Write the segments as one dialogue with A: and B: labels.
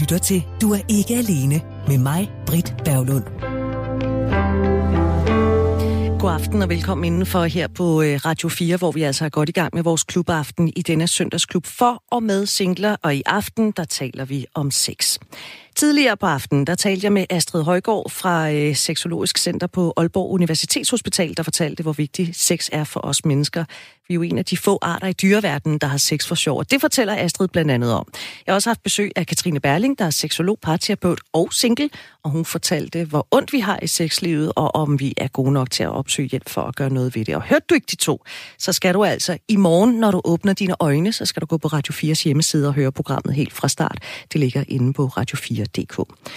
A: lytter til Du er ikke alene med mig, Britt Berglund. God aften og velkommen indenfor her på Radio 4, hvor vi altså er godt i gang med vores klubaften i denne søndagsklub for og med singler, og i aften, der taler vi om sex. Tidligere på aftenen, der talte jeg med Astrid Højgaard fra Sexologisk Center på Aalborg Universitetshospital, der fortalte, hvor vigtig sex er for os mennesker. Vi er jo en af de få arter i dyreverdenen, der har sex for sjov, og det fortæller Astrid blandt andet om. Jeg har også haft besøg af Katrine Berling, der er seksolog, parterapeut og single, og hun fortalte, hvor ondt vi har i sexlivet, og om vi er gode nok til at opsøge hjælp for at gøre noget ved det. Og hørte du ikke de to, så skal du altså i morgen, når du åbner dine øjne, så skal du gå på Radio 4's hjemmeside og høre programmet helt fra start. Det ligger inde på radio4.dk.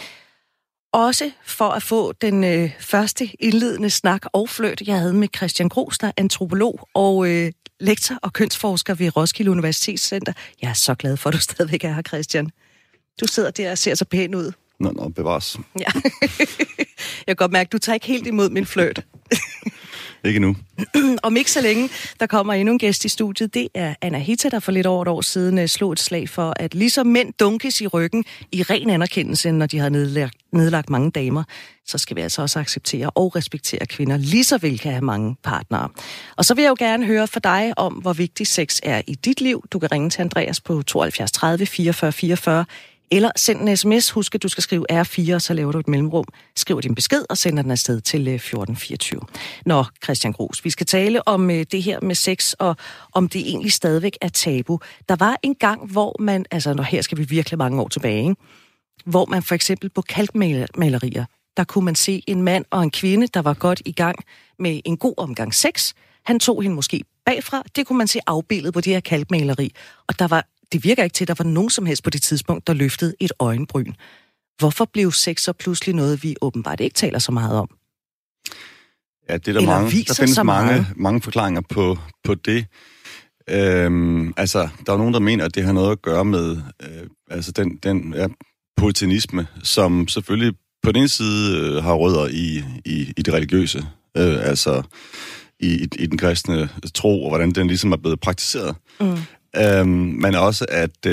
A: Også for at få den første indledende snak og fløjt, jeg havde med Christian Gros, der er antropolog og lektor og kønsforsker ved Roskilde Universitetscenter. Jeg er så glad for, at du stadigvæk er her, Christian. Du sidder der og ser så pæn ud.
B: Nå, bevares.
A: Ja. Jeg kan godt mærke, at du tager ikke helt imod min fløjt.
B: Ikke nu.
A: Om ikke så længe, der kommer endnu en gæst i studiet. Det er Anna Hitta, der for lidt over et år siden slog et slag for, at ligesom mænd dunkes i ryggen i ren anerkendelse, når de har nedlagt mange damer, så skal vi altså også acceptere og respektere kvinder, lige så vel kan have mange partnere. Og så vil jeg jo gerne høre fra dig om, hvor vigtig sex er i dit liv. Du kan ringe til Andreas på 72 30 44 44, eller send en sms. Husk, at du skal skrive R4, så laver du et mellemrum. Skriv din besked og sender den afsted til 1424. Nå, Christian Gros, vi skal tale om det her med sex, og om det egentlig stadigvæk er tabu. Der var en gang, hvor man, altså her skal vi virkelig mange år tilbage, ikke? Hvor man for eksempel på kalkmalerier, der kunne man se en mand og en kvinde, der var godt i gang med en god omgang sex. Han tog hende måske bagfra. Det kunne man se afbildet på det her kalkmaleri. Og det virker ikke til, at der var nogen som helst på det tidspunkt, der løftede et øjenbryn. Hvorfor blev sex så pludselig noget, vi åbenbart ikke taler så meget om?
B: Ja, det er der mange. Der findes mange forklaringer på det. Der er nogen, der mener, at det har noget at gøre med den puritanisme, som selvfølgelig på den ene side har rødder i det religiøse, i den kristne tro, og hvordan den ligesom er blevet praktiseret. Men også, at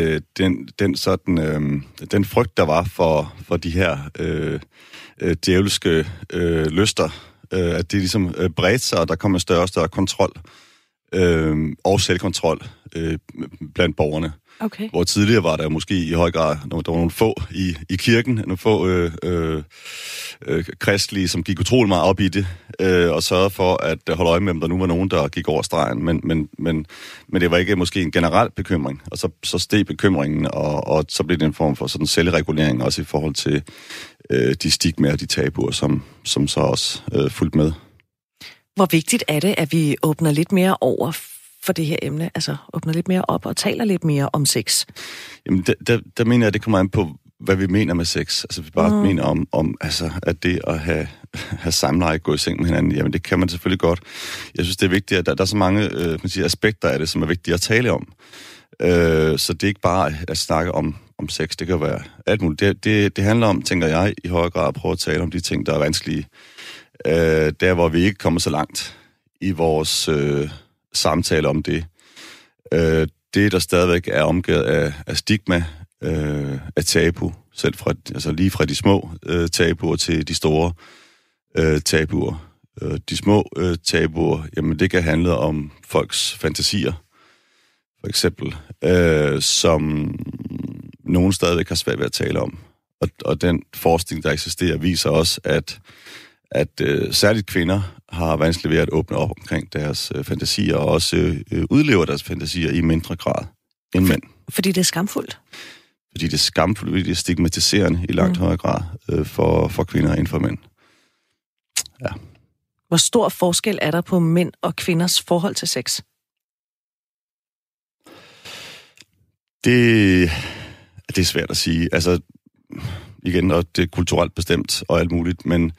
B: den frygt, der var for de her djævelske lyster, at det ligesom bredte sig, og der kom en større og større kontrol og selvkontrol blandt borgerne.
C: Okay.
B: Hvor tidligere var der måske i høj grad, der var nogle få i kirken, nogle få kristlige, som gik utrolig meget op i det, og sørgede for at holde øje med, om der nu var nogen, der gik over stregen. Men det var ikke måske en generel bekymring, og så steg bekymringen, og så blev det en form for sådan selvregulering, også i forhold til de stigmaer og de tabuer, som så også fulgte med.
A: Hvor vigtigt er det, at vi åbner lidt mere over for det her emne, altså åbner lidt mere op og taler lidt mere om sex?
B: Jamen, der mener jeg, at det kommer an på, hvad vi mener med sex. Altså, vi bare mener om at det at have samleje, gå i seng med hinanden, jamen, det kan man selvfølgelig godt. Jeg synes, det er vigtigt, at der er så mange aspekter af det, som er vigtige at tale om. Så det er ikke bare at snakke om sex, det kan være alt muligt. Det handler om, tænker jeg, i højere grad at prøve at tale om de ting, der er vanskelige. Der, hvor vi ikke kommer så langt i vores samtale om det. Det, der stadigvæk er omgivet af stigma, af tabu, selv lige fra de små tabuer til de store tabuer. De små tabuer, jamen det kan handle om folks fantasier, for eksempel, som nogen stadigvæk har svært ved at tale om. Og den forskning, der eksisterer, viser også, at særligt kvinder har vanskeligt ved at åbne op omkring deres fantasier, og også udlever deres fantasier i mindre grad end mænd.
A: Fordi det er skamfuldt?
B: Fordi det er skamfuldt, fordi det er stigmatiserende i langt højere grad for kvinder end for mænd. Ja.
A: Hvor stor forskel er der på mænd og kvinders forhold til sex?
B: Det er svært at sige. Altså, igen, og det er kulturelt bestemt og alt muligt, men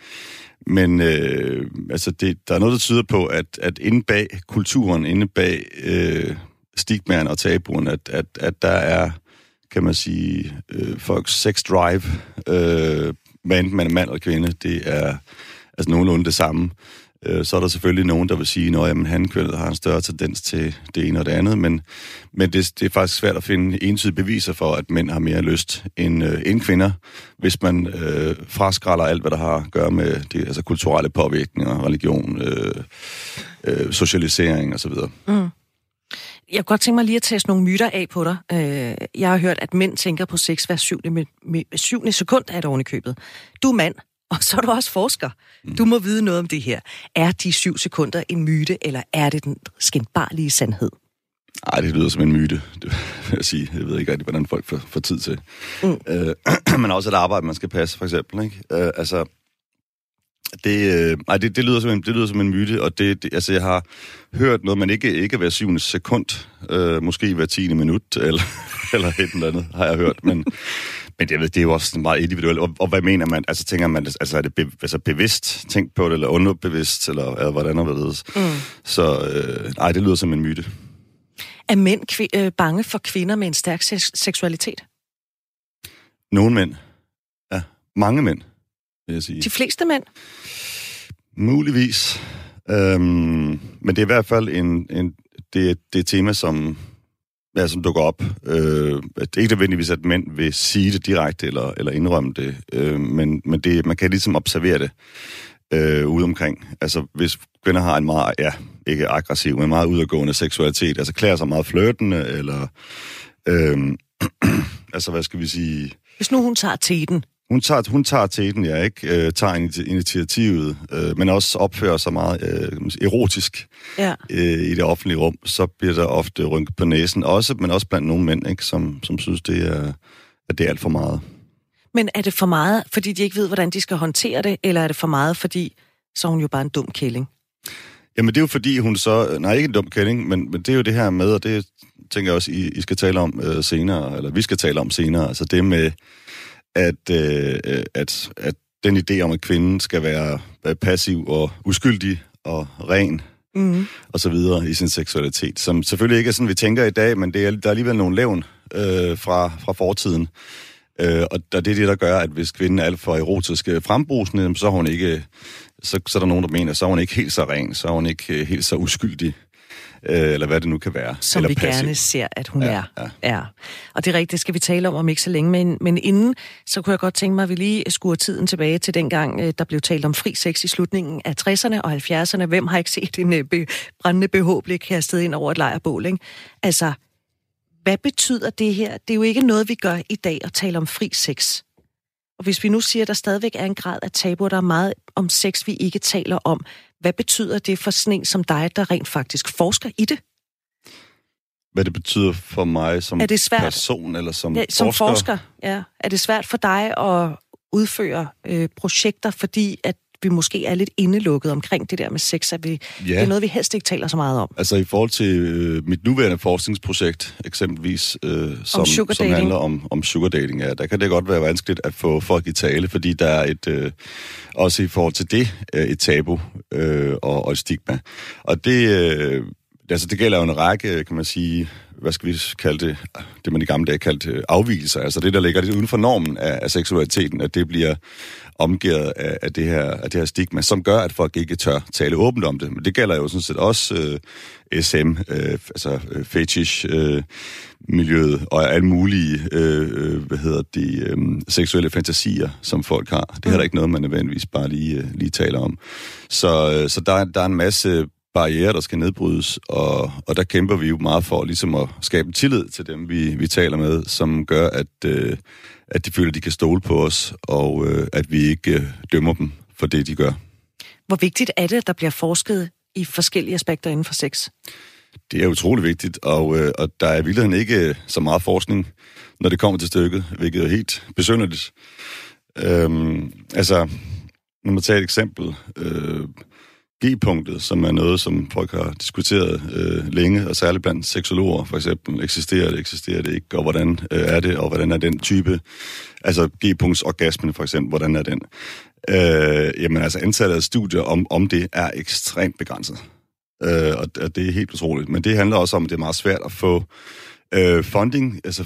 B: der er noget, der tyder på, at inde bag kulturen, inde bag stigmaerne og tabuen, at der er, kan man sige, folks sex drive, hvad enten man er mand eller kvinde, det er altså nogenlunde det samme. Så er der selvfølgelig nogen, der vil sige, at hankønnet har en større tendens til det ene og det andet, men det er faktisk svært at finde entydige beviser for, at mænd har mere lyst end kvinder, hvis man fraskræller alt, hvad der har at gøre med det, altså kulturelle påvirkninger, religion, socialisering osv.
A: Mm. Jeg kunne godt tænke mig lige at teste nogle myter af på dig. Jeg har hørt, at mænd tænker på sex hver 7. sekund af et oven i købet. Du er mand, og så er du også forsker. Du må vide noget om det her. Er de 7 sekunder en myte, eller er det den skinbarlige sandhed?
B: Nej, det lyder som en myte, det vil jeg sige. Jeg ved ikke rigtig, hvordan folk får tid til. Men også et arbejde, man skal passe, for eksempel. Ikke? Det lyder som en myte, og altså, jeg har hørt noget, man ikke hver 7. sekund, måske hver 10. minut, eller et eller andet, har jeg hørt, men jeg ved, det er jo også meget individuelt, og hvad mener man, altså tænker man, altså er det bevidst tænkt på det, eller underbevidst, eller hvordan er det? Så det lyder som en myte.
A: Er mænd bange for kvinder med en stærk seksualitet?
B: Nogle mænd. Ja, mange mænd, vil jeg sige.
A: De fleste mænd?
B: Muligvis. Men det er i hvert fald det er et tema, som dukker op. Det er ikke nødvendigvis, at mænd vil sige det direkte eller indrømme det, men man kan ligesom observere det ude omkring. Altså, hvis kvinder har en meget, ikke aggressiv, men meget udadgående seksualitet, altså klæder sig meget flirtende, eller altså, hvad skal vi sige? Hvis
A: nu hun tager teten.
B: Hun tager teten, tager initiativet, men også opfører sig meget erotisk i det offentlige rum, så bliver der ofte rynket på næsen, men også blandt nogle mænd, ikke, som synes, at det er alt for meget.
A: Men er det for meget, fordi de ikke ved, hvordan de skal håndtere det, eller er det for meget, fordi så er hun jo bare en dum kælling?
B: Jamen, det er jo fordi, hun så... Nej, ikke en dum kælling, men det er jo det her med, og det tænker jeg også, I skal tale om senere, eller vi skal tale om senere, altså det med, at den idé om, at kvinden skal være passiv og uskyldig og ren, og så videre i sin seksualitet, som selvfølgelig ikke er sådan, vi tænker i dag, men der er alligevel nogle levn fra fortiden. Og det er det, der gør, at hvis kvinden er alt for erotisk frembrusende, så er hun ikke... Så er der nogen, der mener, så er hun ikke helt så ren, så er hun ikke helt så uskyldig, eller hvad det nu kan være.
A: Som vi passiv. Gerne ser, at hun er. Ja. Og det er rigtigt, det skal vi tale om ikke så længe, men inden, så kunne jeg godt tænke mig, at vi lige skuer tiden tilbage til dengang, der blev talt om fri sex i slutningen af 60'erne og 70'erne. Hvem har ikke set en brændende BH blive kastet ind over et lejrbål, ikke? Altså, hvad betyder det her? Det er jo ikke noget, vi gør i dag at tale om fri sex. Og hvis vi nu siger, at der stadigvæk er en grad af tabu, der er meget om sex, vi ikke taler om, hvad betyder det for sådan en som dig, der rent faktisk forsker i det?
B: Hvad det betyder for mig som person eller som forsker?
A: Som forsker, ja. Er det svært for dig at udføre projekter, fordi at vi måske er lidt indelukket omkring det der med sex, at det er noget, vi helst ikke taler så meget om?
B: Altså i forhold til mit nuværende forskningsprojekt, eksempelvis, som handler om sugardating, der kan det godt være vanskeligt at få folk i tale, fordi der er også i forhold til det, et tabu og et stigma. Og det gælder jo en række, kan man sige, hvad skal vi kalde det man i gamle dage kaldte afvigelser, altså det, der ligger lidt uden for normen af seksualiteten, at det bliver omgivet af det her stigma, som gør, at folk ikke tør tale åbent om det. Men det gælder jo sådan set også SM, altså fetish-miljøet, og alle mulige, seksuelle fantasier, som folk har. Det er der ikke noget, man nødvendigvis bare lige taler om. Så der er en masse barrierer, der skal nedbrydes, og der kæmper vi jo meget for ligesom at skabe tillid til dem, vi taler med, som gør, at de føler, at de kan stole på os, og at vi ikke dømmer dem for det, de gør.
A: Hvor vigtigt er det, at der bliver forsket i forskellige aspekter inden for sex?
B: Det er utrolig vigtigt, og der er i virkeligheden ikke så meget forskning, når det kommer til stykket, hvilket er helt besynderligt. Når man tager et eksempel, G-punktet, som er noget, som folk har diskuteret længe, og særligt blandt seksologer, for eksempel, eksisterer det ikke, og hvordan er det, og hvordan er den type, altså G-punktsorgasmen for eksempel, hvordan er den? Antallet af studier om det er ekstremt begrænset, og det er helt utroligt, men det handler også om, at det er meget svært at få funding, altså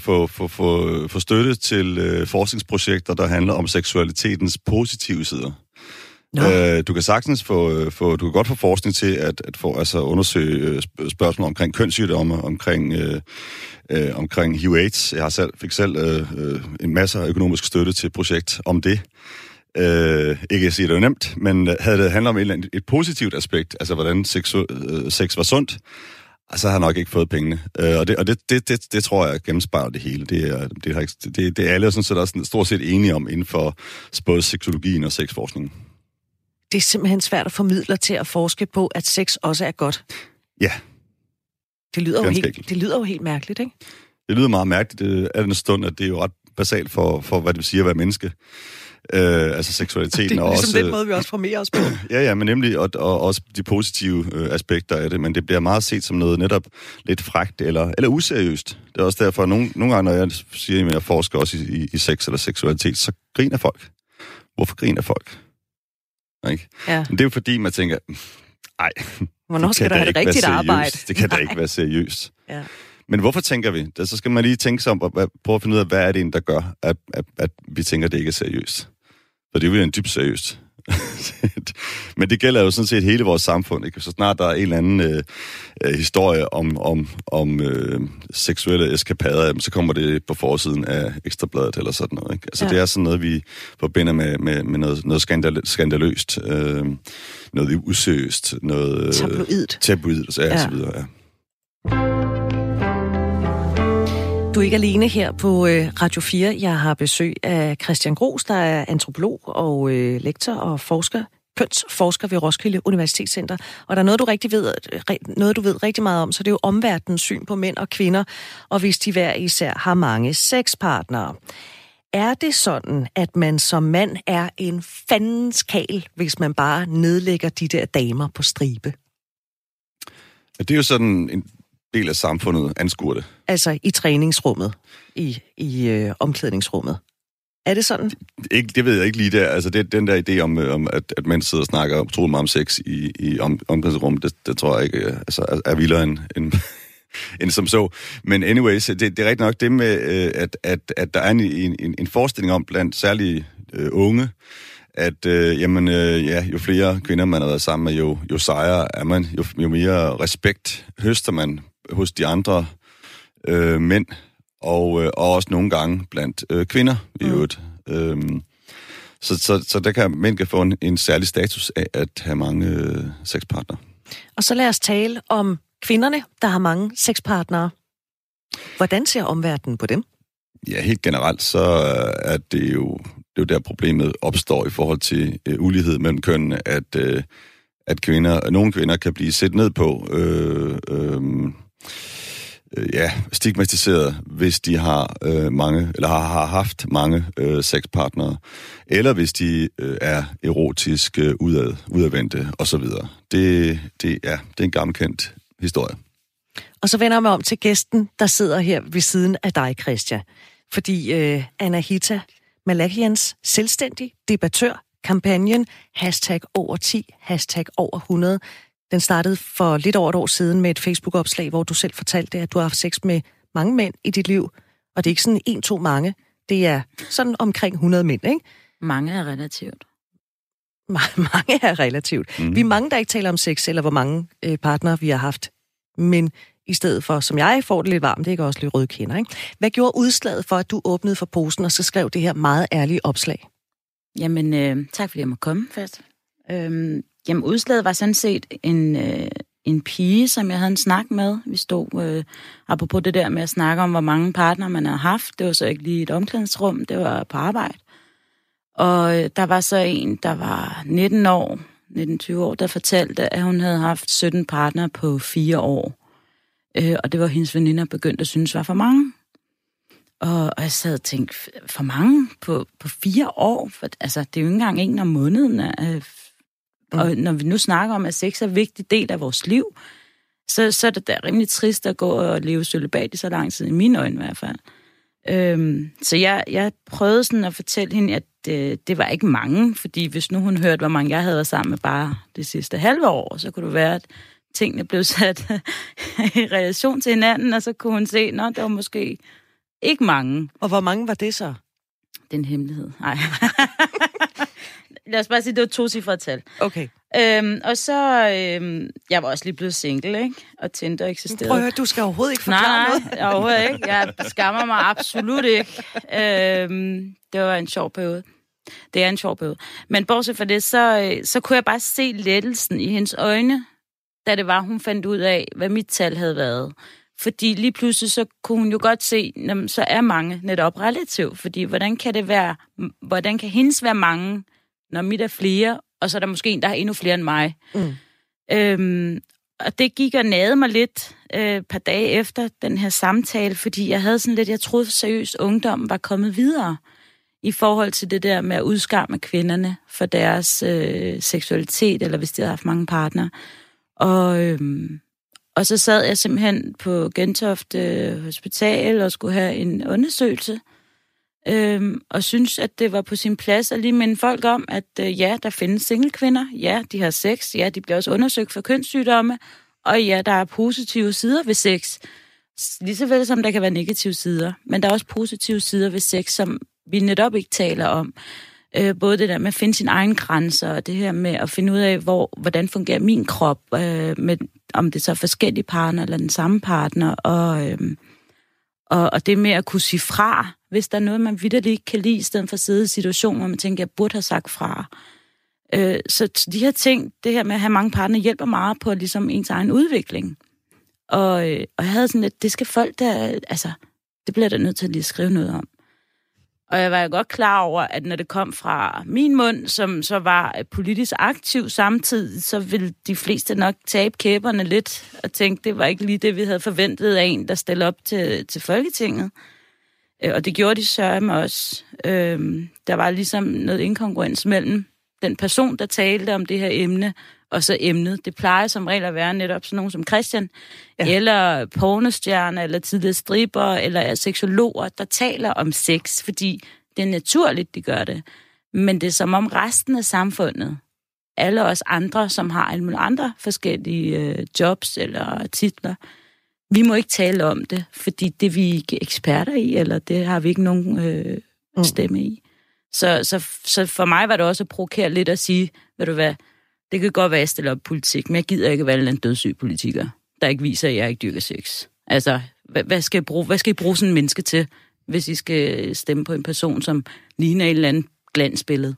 B: få støtte til forskningsprojekter, der handler om seksualitetens positive sider. Du kan sagtens du kan godt få forskning til at undersøge spørgsmål omkring kønssygdomme, omkring HIV/AIDS. Jeg fik selv en masse økonomisk støtte til et projekt om det. Ikke at sige, at det var nemt, men havde det handlet om et positivt aspekt, altså hvordan sex var sundt, så har jeg nok ikke fået pengene. Og det tror jeg gennemspejler det hele. Det er alle sådan set også stort set enige om inden for både seksologien og sexforskningen.
A: Det er simpelthen svært at formidle til at forske på, at sex også er godt.
B: Ja.
A: Det lyder jo helt mærkeligt, ikke?
B: Det lyder meget mærkeligt. Det er den stund, at det er jo ret basalt for hvad det vil sige at være menneske. Altså seksualiteten.
A: Det er ligesom den måde, vi også formerer os på.
B: Ja, men nemlig, og også de positive aspekter af det, men det bliver meget set som noget netop lidt frækt eller useriøst. Det er også derfor, at nogle gange, når jeg siger, at jeg forsker også i sex eller seksualitet, så griner folk. Hvorfor griner folk? Ikke? Ja. Men det er jo fordi, man tænker,
A: hvornår skal der have det rigtigt arbejde?
B: Det kan da ikke være seriøst.
A: Ja.
B: Men hvorfor tænker vi? Så skal man lige tænke sig om, prøve at finde ud af, hvad er det, der gør, at vi tænker, at det ikke er seriøst. For det er jo en dybt seriøst. Men det gælder jo sådan set hele vores samfund. Ikke? Så snart der er en eller anden historie om seksuelle eskapader, så kommer det på forsiden af Ekstrabladet eller sådan noget. Ikke? Altså det er sådan noget, vi forbinder med noget skandaløst, noget useriøst, noget tabloidt, så videre. Ja.
A: Du er ikke alene her på Radio 4. Jeg har besøg af Christian Gros, der er antropolog og lektor og kønsforsker ved Roskilde Universitetscenter. Og der er noget, du ved rigtig meget om, så det er jo omverdenens syn på mænd og kvinder, og hvis de hver især har mange sexpartnere. Er det sådan, at man som mand er en fandens kal, hvis man bare nedlægger de der damer på stribe?
B: Det er jo sådan en del af samfundet anskuer det.
A: Altså i træningsrummet, i omklædningsrummet. Er det sådan?
B: Det ved jeg ikke lige der. Altså den der idé om at man sidder og snakker utrolig meget om sex i omklædningsrummet, det tror jeg ikke er vildere end som så. Men anyways, det er rigtig nok det med, at der er en forestilling om blandt særlige unge, at jo flere kvinder man har været sammen med, jo sejere er man, jo mere respekt høster man hos de andre mænd, og også nogle gange blandt kvinder i øvrigt. Så der kan mænd få en særlig status af at have mange sexpartnere.
A: Og så lad os tale om kvinderne, der har mange sexpartnere. Hvordan ser omverdenen på dem?
B: Ja, helt generelt så er det jo der problemet opstår i forhold til ulighed mellem kønnene, at nogle kvinder kan blive set ned på, stigmatiseret, hvis de har mange, eller har haft mange sexpartnere, eller hvis de er erotisk udadvendte osv. Det er en gammelkendt historie.
A: Og så vender jeg mig om til gæsten, der sidder her ved siden af dig, Christian. Fordi Anahita Malakians selvstændig debattør, kampagnen #over10, #over100, den startede for lidt over et år siden med et Facebook-opslag, hvor du selv fortalte, at du har haft sex med mange mænd i dit liv. Og det er ikke sådan 1-2 mange. Det er sådan omkring 100 mænd, ikke?
C: Mange er relativt.
A: Mange er relativt. Vi er mange, der ikke taler om sex, eller hvor mange partnere vi har haft. Men i stedet for, som jeg får det lidt varmt, det er ikke også lidt røde kinder, ikke? Hvad gjorde udslaget for, at du åbnede for posen, og så skrev det her meget ærlige opslag?
C: Jamen, tak fordi jeg må komme først. Jamen, udslaget var sådan set en pige, som jeg havde en snak med. Vi stod, apropos det der med at snakke om, hvor mange partnere man har haft. Det var så ikke lige et omklædningsrum, det var på arbejde. Og der var så en, der var 19-20 år, der fortalte, at hun havde haft 17 partnere på 4 år. Og det var hendes veninder begyndt at synes var for mange. Og jeg sad og tænkte, for mange på 4 år? For, altså, det er jo ikke engang en om måneden. Og når vi nu snakker om, at sex er en vigtig del af vores liv, så er det da rimelig trist at gå og leve cølibat i så lang tid, i mine øjne i hvert fald. Så jeg prøvede sådan at fortælle hende, at det var ikke mange, fordi hvis nu hun hørte, hvor mange jeg havde været sammen med bare det sidste halve år, så kunne det være, at tingene blev sat i relation til hinanden, og så kunne hun se, at der var måske ikke mange.
A: Og hvor mange var det så?
C: Det er en hemmelighed. Nej. lad os bare sige, det var 2-cifret tal.
A: Okay.
C: Og så, jeg var også lige blevet single, ikke? Og Tinder eksisterede.
A: Prøv at høre, du skal overhovedet ikke forklare noget.
C: Nej, overhovedet ikke. Jeg skammer mig absolut ikke. Det var en sjov periode. Det er en sjov periode. Men bortset fra det, så kunne jeg bare se lettelsen i hendes øjne, da det var, hun fandt ud af, hvad mit tal havde været. Fordi lige pludselig, så kunne hun jo godt se, så er mange netop relativt. Fordi hvordan kan hendes være mange, når mit er flere, og så er der måske en, der har endnu flere end mig. Og det gik og nagede mig lidt par dage efter den her samtale, fordi jeg havde sådan lidt, jeg troede seriøst, ungdommen var kommet videre i forhold til det der med at udskamme kvinderne for deres seksualitet, eller hvis de havde haft mange partnere. Og så sad jeg simpelthen på Gentofte Hospital og skulle have en undersøgelse, og synes, at det var på sin plads at lige minde folk om, at ja, der findes single-kvinder, ja, de har sex, ja, de bliver også undersøgt for kønssygdomme, og ja, der er positive sider ved sex, lige så vel som der kan være negative sider, men der er også positive sider ved sex, som vi netop ikke taler om. Både det der med at finde sine egne grænser, og det her med at finde ud af, hvordan fungerer min krop, med, om det så er forskellige partner eller den samme partner, og det med at kunne sige fra, hvis der er noget, man vitterligt ikke kan lide, i stedet for at sidde i situationer, hvor man tænker, jeg burde have sagt fra. Så de her ting, det her med at have mange partner, hjælper meget på ligesom ens egen udvikling. Og jeg havde sådan lidt, det skal folk der, altså, det bliver der nødt til at lige skrive noget om. Og jeg var jo godt klar over, at når det kom fra min mund, som så var politisk aktiv samtidig, så ville de fleste nok tabe kæberne lidt og tænke, det var ikke lige det, vi havde forventet af en, der stillede op til Folketinget. Og det gjorde de sørme også. Der var ligesom noget inkongruens mellem den person, der talte om det her emne, og så emnet. Det plejer som regel at være netop sådan nogen som Christian, eller pornostjerner, eller tidligere stripper, eller seksologer, der taler om sex, fordi det er naturligt, de gør det. Men det er som om resten af samfundet, alle os andre, som har alle mulige andre forskellige jobs eller titler, vi må ikke tale om det, fordi det er vi ikke eksperter i, eller det har vi ikke nogen stemme i. Så for mig var det også at provokere lidt at sige, ved du hvad, det kan godt være, at jeg stiller op politik, men jeg gider ikke være en dødssyg politiker, der ikke viser, at jeg ikke dyrker sex. Altså, hvad skal I bruge sådan en menneske til, hvis I skal stemme på en person, som ligner et eller andet glansbillede?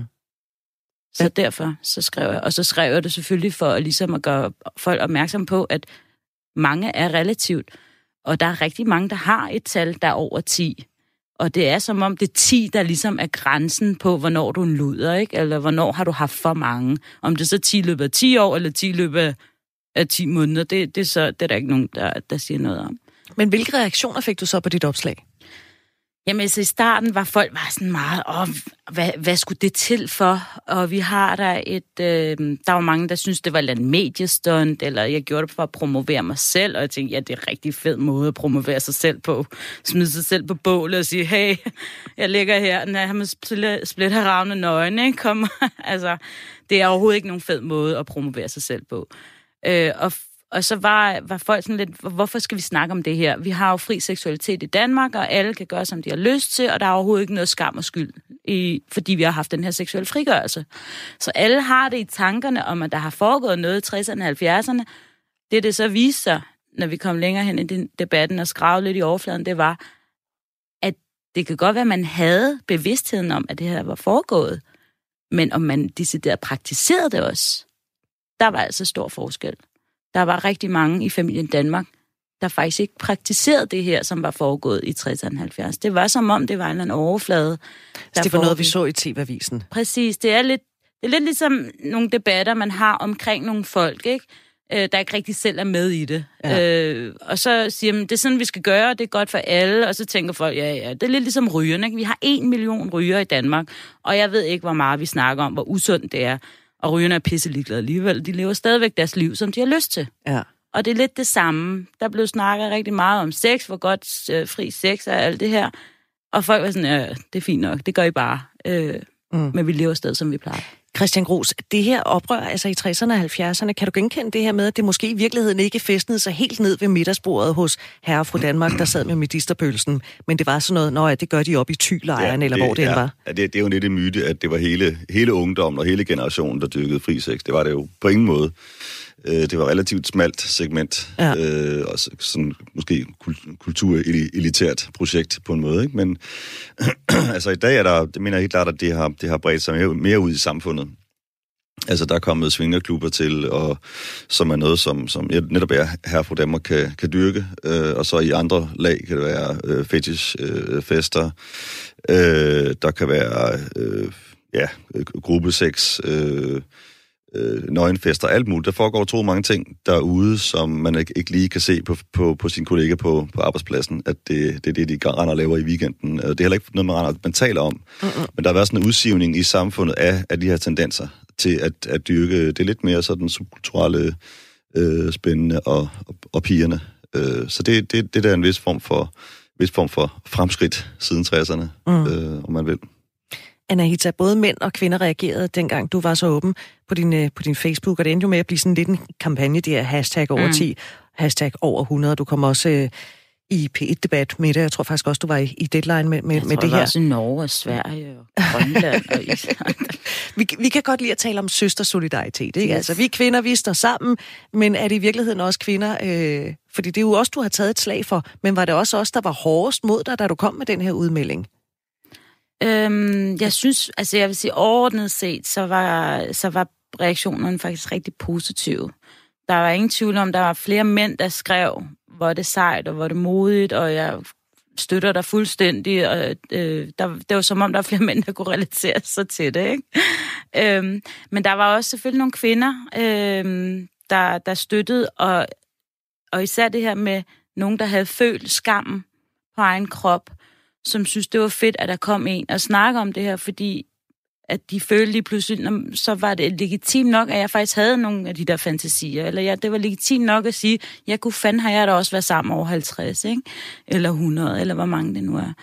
C: Så derfor, så skrev jeg. Og så skrev jeg det selvfølgelig for ligesom at gøre folk opmærksom på, at mange er relativt, og der er rigtig mange, der har et tal, der er over 10. Og det er som om det er 10, der ligesom er grænsen på, hvornår du er en luder, ikke? Eller hvornår har du haft for mange. Om det så 10 løber af 10 år, eller 10 løber af 10 måneder, det er der ikke nogen, der siger noget om.
A: Men hvilke reaktioner fik du så på dit opslag?
C: Jamen, så i starten var folk sådan meget, hvad skulle det til for? Og vi har der var mange, der synes det var et eller andet mediestunt, eller jeg gjorde det for at promovere mig selv, og jeg tænkte, ja, det er en rigtig fed måde at promovere sig selv på. Smide sig selv på bålet og sige, hey, jeg ligger her, når jeg med splitteravne nøgen, ikke? Kom. Altså, det er overhovedet ikke nogen fed måde at promovere sig selv på. Og så var folk sådan lidt, hvorfor skal vi snakke om det her? Vi har jo fri seksualitet i Danmark, og alle kan gøre, som de har lyst til, og der er overhovedet ikke noget skam og skyld, fordi vi har haft den her seksuelle frigørelse. Så alle har det i tankerne om, at der har foregået noget i 60'erne og 70'erne. Det så viste sig, når vi kom længere hen i den debatten og skravede lidt i overfladen, det var, at det kan godt være, at man havde bevidstheden om, at det her var foregået, men om man decideret praktiserede det også, der var altså stor forskel. Der var rigtig mange i familien Danmark, der faktisk ikke praktiserede det her, som var foregået i 60'erne og 70'erne. Det var som om, det var en eller anden overflade.
A: Det var noget, vi så i TV-avisen.
C: Præcis. Det er lidt ligesom nogle debatter, man har omkring nogle folk, ikke? Der ikke rigtig selv er med i det. Ja. Og så siger man, det er sådan, vi skal gøre, det er godt for alle. Og så tænker folk, ja, det er lidt ligesom rygerne, ikke? Vi har 1 million ryger i Danmark, og jeg ved ikke, hvor meget vi snakker om, hvor usundt det er. Og rygerne er pisse ligeglade alligevel. De lever stadigvæk deres liv, som de har lyst til. Ja. Og det er lidt det samme. Der blev snakket rigtig meget om sex, hvor godt fri sex og alt det her. Og folk var sådan, det er fint nok, det gør I bare. Men vi lever stadig, som vi plejer.
A: Christian Gros, det her oprør, altså i 60'erne og 70'erne, kan du genkende det her med, at det måske i virkeligheden ikke fæstnede sig helt ned ved middagsbordet hos herre og fru Danmark, der sad med medisterpølsen, men det var sådan noget, det gør de op i Thylejren, eller hvor det end var?
B: Ja, det er jo lidt en myte, at det var hele ungdommen og hele generationen, der dyrkede fri sex. Det var det jo på ingen måde. Det var et relativt smalt segment, og sådan måske kulturelitært projekt på en måde, ikke? Men altså i dag det mener jeg helt klart, at det har bredt sig mere ud i samfundet. Altså der er kommet swingerklubber til, og som er noget, som netop her fra Danmark kan dyrke, og så i andre lag kan det være fetishfester, der kan være gruppesex, nøgenfester, alt muligt. Der foregår utrolig mange ting derude, som man ikke lige kan se på sine kolleger på arbejdspladsen, at det er det, de render og laver i weekenden. Det er heller ikke noget, man taler om. Men der har været sådan en udsivning i samfundet af de her tendenser til at dyrke det lidt mere sådan subkulturelle, spændende og pigerne. Så det der er en vis form for fremskridt siden 60'erne, om man vil.
A: Anahita, både mænd og kvinder reagerede, dengang du var så åben på din Facebook, og det endte jo med at blive sådan lidt en kampagne, det her #over10, #over100. Du kom også i P1-debat med det. Jeg tror faktisk også, du var i Deadline med det her. Jeg
C: tror også i Norge og Sverige og Grønland og Island.
A: Vi kan godt lide at tale om søstersolidaritet, ikke? Yes. Altså, vi kvinder, vi står sammen, men er det i virkeligheden også kvinder? Fordi det er jo også, du har taget et slag for, men var det også os, der var hårdest mod dig, da du kom med den her udmelding?
C: Jeg synes, altså jeg vil sige overordnet set, så var reaktionerne faktisk rigtig positive. Der var ingen tvivl om, der var flere mænd, der skrev, hvor det sejt og hvor det modigt, og jeg støtter dig fuldstændig, og det var som om, der var flere mænd, der kunne relatere sig til det, ikke? Men der var også selvfølgelig nogle kvinder, der støttede, og især det her med nogen, der havde følt skammen på egen krop, som synes, det var fedt, at der kom en og snakke om det her, fordi at de følte lige pludselig, så var det legitimt nok, at jeg faktisk havde nogle af de der fantasier, eller det var legitimt nok at sige, jeg kunne fandme have jeg da også været sammen over 50, ikke? Eller 100, eller hvor mange det nu er.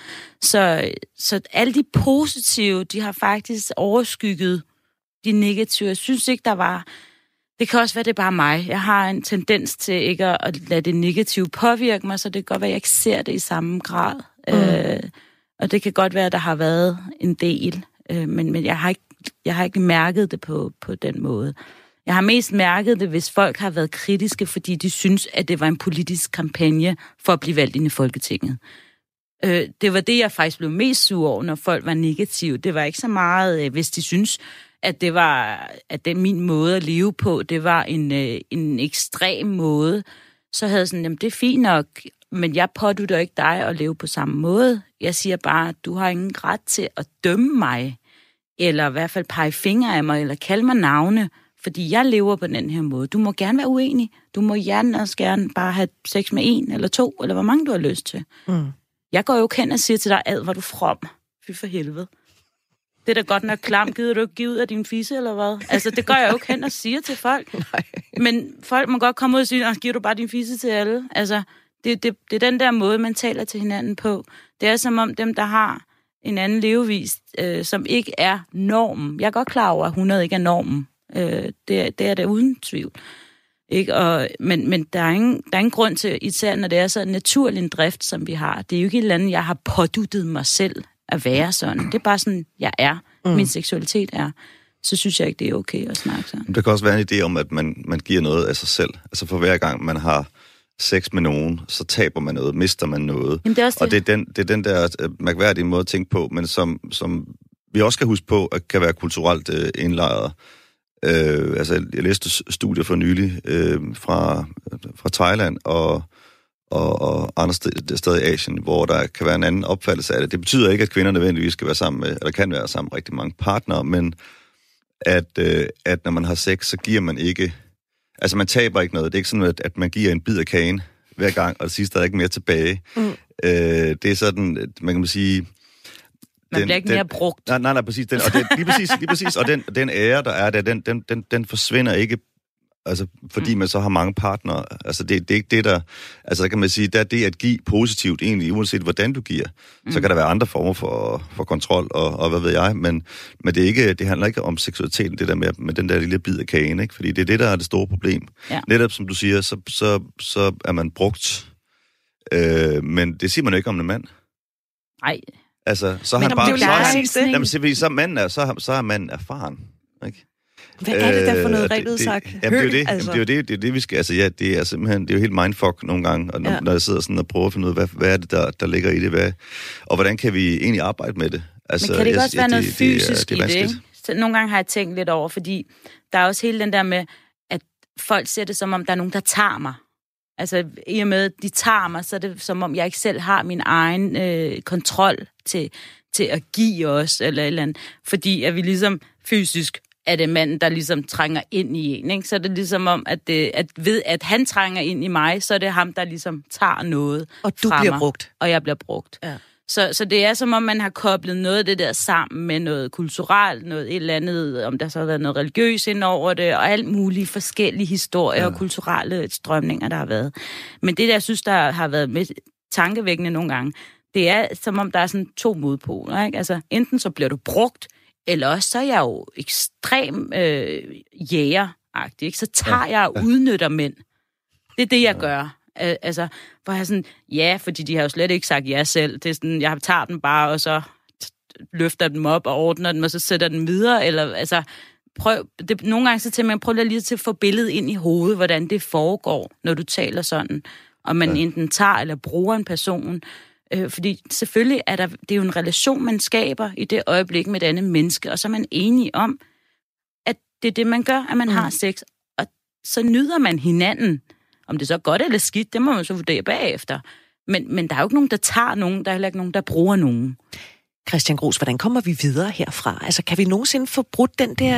C: Så alle de positive, de har faktisk overskygget de negative. Jeg synes ikke, der var... Det kan også være, det er bare mig. Jeg har en tendens til ikke at lade det negative påvirke mig, så det kan godt være, at jeg ikke ser det i samme grad. Og det kan godt være, at der har været en del, men jeg har ikke mærket det på den måde. Jeg har mest mærket det, hvis folk har været kritiske, fordi de synes, at det var en politisk kampagne for at blive valgt ind i Folketinget. Det var det, jeg faktisk blev mest sur over, når folk var negative. Det var ikke så meget, hvis de synes, at det min måde at leve på, det var en ekstrem måde, så havde sådan, jamen det er fint nok, men jeg pådutter ikke dig at leve på samme måde. Jeg siger bare, at du har ingen ret til at dømme mig, eller i hvert fald pege fingre af mig, eller kalde mig navne, fordi jeg lever på den her måde. Du må gerne være uenig. Du må gerne bare have sex med 1 eller 2, eller hvor mange du har lyst til. Jeg går jo hen og siger til dig, ad, var du from. Fy for helvede. Det er da godt nok klam. Gider du ikke give ud af din fisse, eller hvad? Altså, det gør jeg jo ikke hen og siger til folk. Nej. Men folk må godt komme ud og sige, giver du bare din fisse til alle? Altså, det er den der måde, man taler til hinanden på. Det er som om dem, der har en anden levevis, som ikke er normen. Jeg er godt klar over, at 100 ikke er normen. Det er det uden tvivl. Ikke? Men der er ingen grund til, især når det er så naturlig en drift, som vi har. Det er jo ikke et eller andet, jeg har påduttet mig selv at være sådan. Det er bare sådan, jeg er. Min seksualitet er. Så synes jeg ikke, det er okay at snakke sådan. Der
B: kan også være en idé om, at man giver noget af sig selv. Altså for hver gang man har sex med nogen, så taber man noget, mister man noget.
C: Jamen, det er også
B: og det er den der mærkværdige måde at tænke på, men som vi også skal huske på, at kan være kulturelt indlejret. Altså, jeg læste studier for nylig fra Thailand og andre steder i Asien, hvor der kan være en anden opfattelse af det. Det betyder ikke, at kvinder nødvendigvis skal være sammen med, eller kan være sammen med rigtig mange partnere, men at når man har sex, så giver man ikke... Altså, man taber ikke noget. Det er ikke sådan, at man giver en bid af kagen hver gang, og det sidste er der ikke mere tilbage. Det er sådan, man kan sige...
C: Man bliver ikke mere brugt.
B: Nej, præcis. Lige præcis. Og den ære, der er der, den forsvinder ikke Altså, fordi man så har mange partnere. Altså, det er ikke det, der... Altså, der kan man sige, der er det at give positivt egentlig, uanset hvordan du giver. Så kan der være andre former for kontrol, og hvad ved jeg, men det handler ikke om seksualiteten, det der med den der lille bid af kagen, ikke? Fordi det er det, der er det store problem. Ja. Netop, som du siger, så er man brugt. Men det siger man jo ikke om en mand.
C: Nej.
B: Altså, så har han bare... Så er manden erfaren, ikke?
A: Hvad er det der for noget rent udsagt?
B: Det er det, vi skal... Altså, ja, det er simpelthen... Det er jo helt mindfuck nogle gange, og når jeg sidder sådan og prøver at finde ud af, hvad er det, der ligger i det, og hvordan kan vi egentlig arbejde med det? Altså,
C: men kan det ikke også være noget fysisk i det, ikke? Så nogle gange har jeg tænkt lidt over, fordi der er også hele den der med, at folk ser det som om, der er nogen, der tager mig. Altså, i og med, at de tager mig, så er det som om, jeg ikke selv har min egen kontrol til at give os, eller et eller andet. Fordi at vi ligesom fysisk er det manden, der ligesom trænger ind i en, ikke? Så er det ligesom om, at ved at han trænger ind i mig, så er det ham, der ligesom tager noget
A: og du bliver brugt.
C: Og jeg bliver brugt. Ja. Så det er som om, man har koblet noget af det der sammen med noget kulturelt, noget et eller andet, om der så har været noget religiøst ind over det, og alt mulige forskellige historier og kulturelle strømninger, der har været. Men det, der jeg synes, der har været med tankevækkende nogle gange, det er som om, der er sådan 2 modpoler, ikke? Altså, enten så bliver du brugt, eller også så er jeg jo ekstrem jægeragtig, ikke? Så tager jeg og udnytter mænd. Det er det, jeg gør. Altså, hvor jeg sådan, ja, fordi de har jo slet ikke sagt ja selv. Det er sådan, jeg tager dem bare, og så løfter dem op og ordner dem, og så sætter dem videre, eller altså, nogle gange så tænker man, prøv lige til at få billedet ind i hovedet, hvordan det foregår, når du taler sådan, og man enten tager eller bruger en person. Fordi selvfølgelig det er jo en relation, man skaber i det øjeblik med et andet menneske, og så er man enige om, at det er det, man gør, at man har sex, og så nyder man hinanden. Om det så er godt eller skidt, det må man så vurdere bagefter. Men der er jo ikke nogen, der tager nogen, der er heller ikke nogen, der bruger nogen.
A: Christian Gruus, hvordan kommer vi videre herfra? Altså, kan vi nogensinde få brudt den der,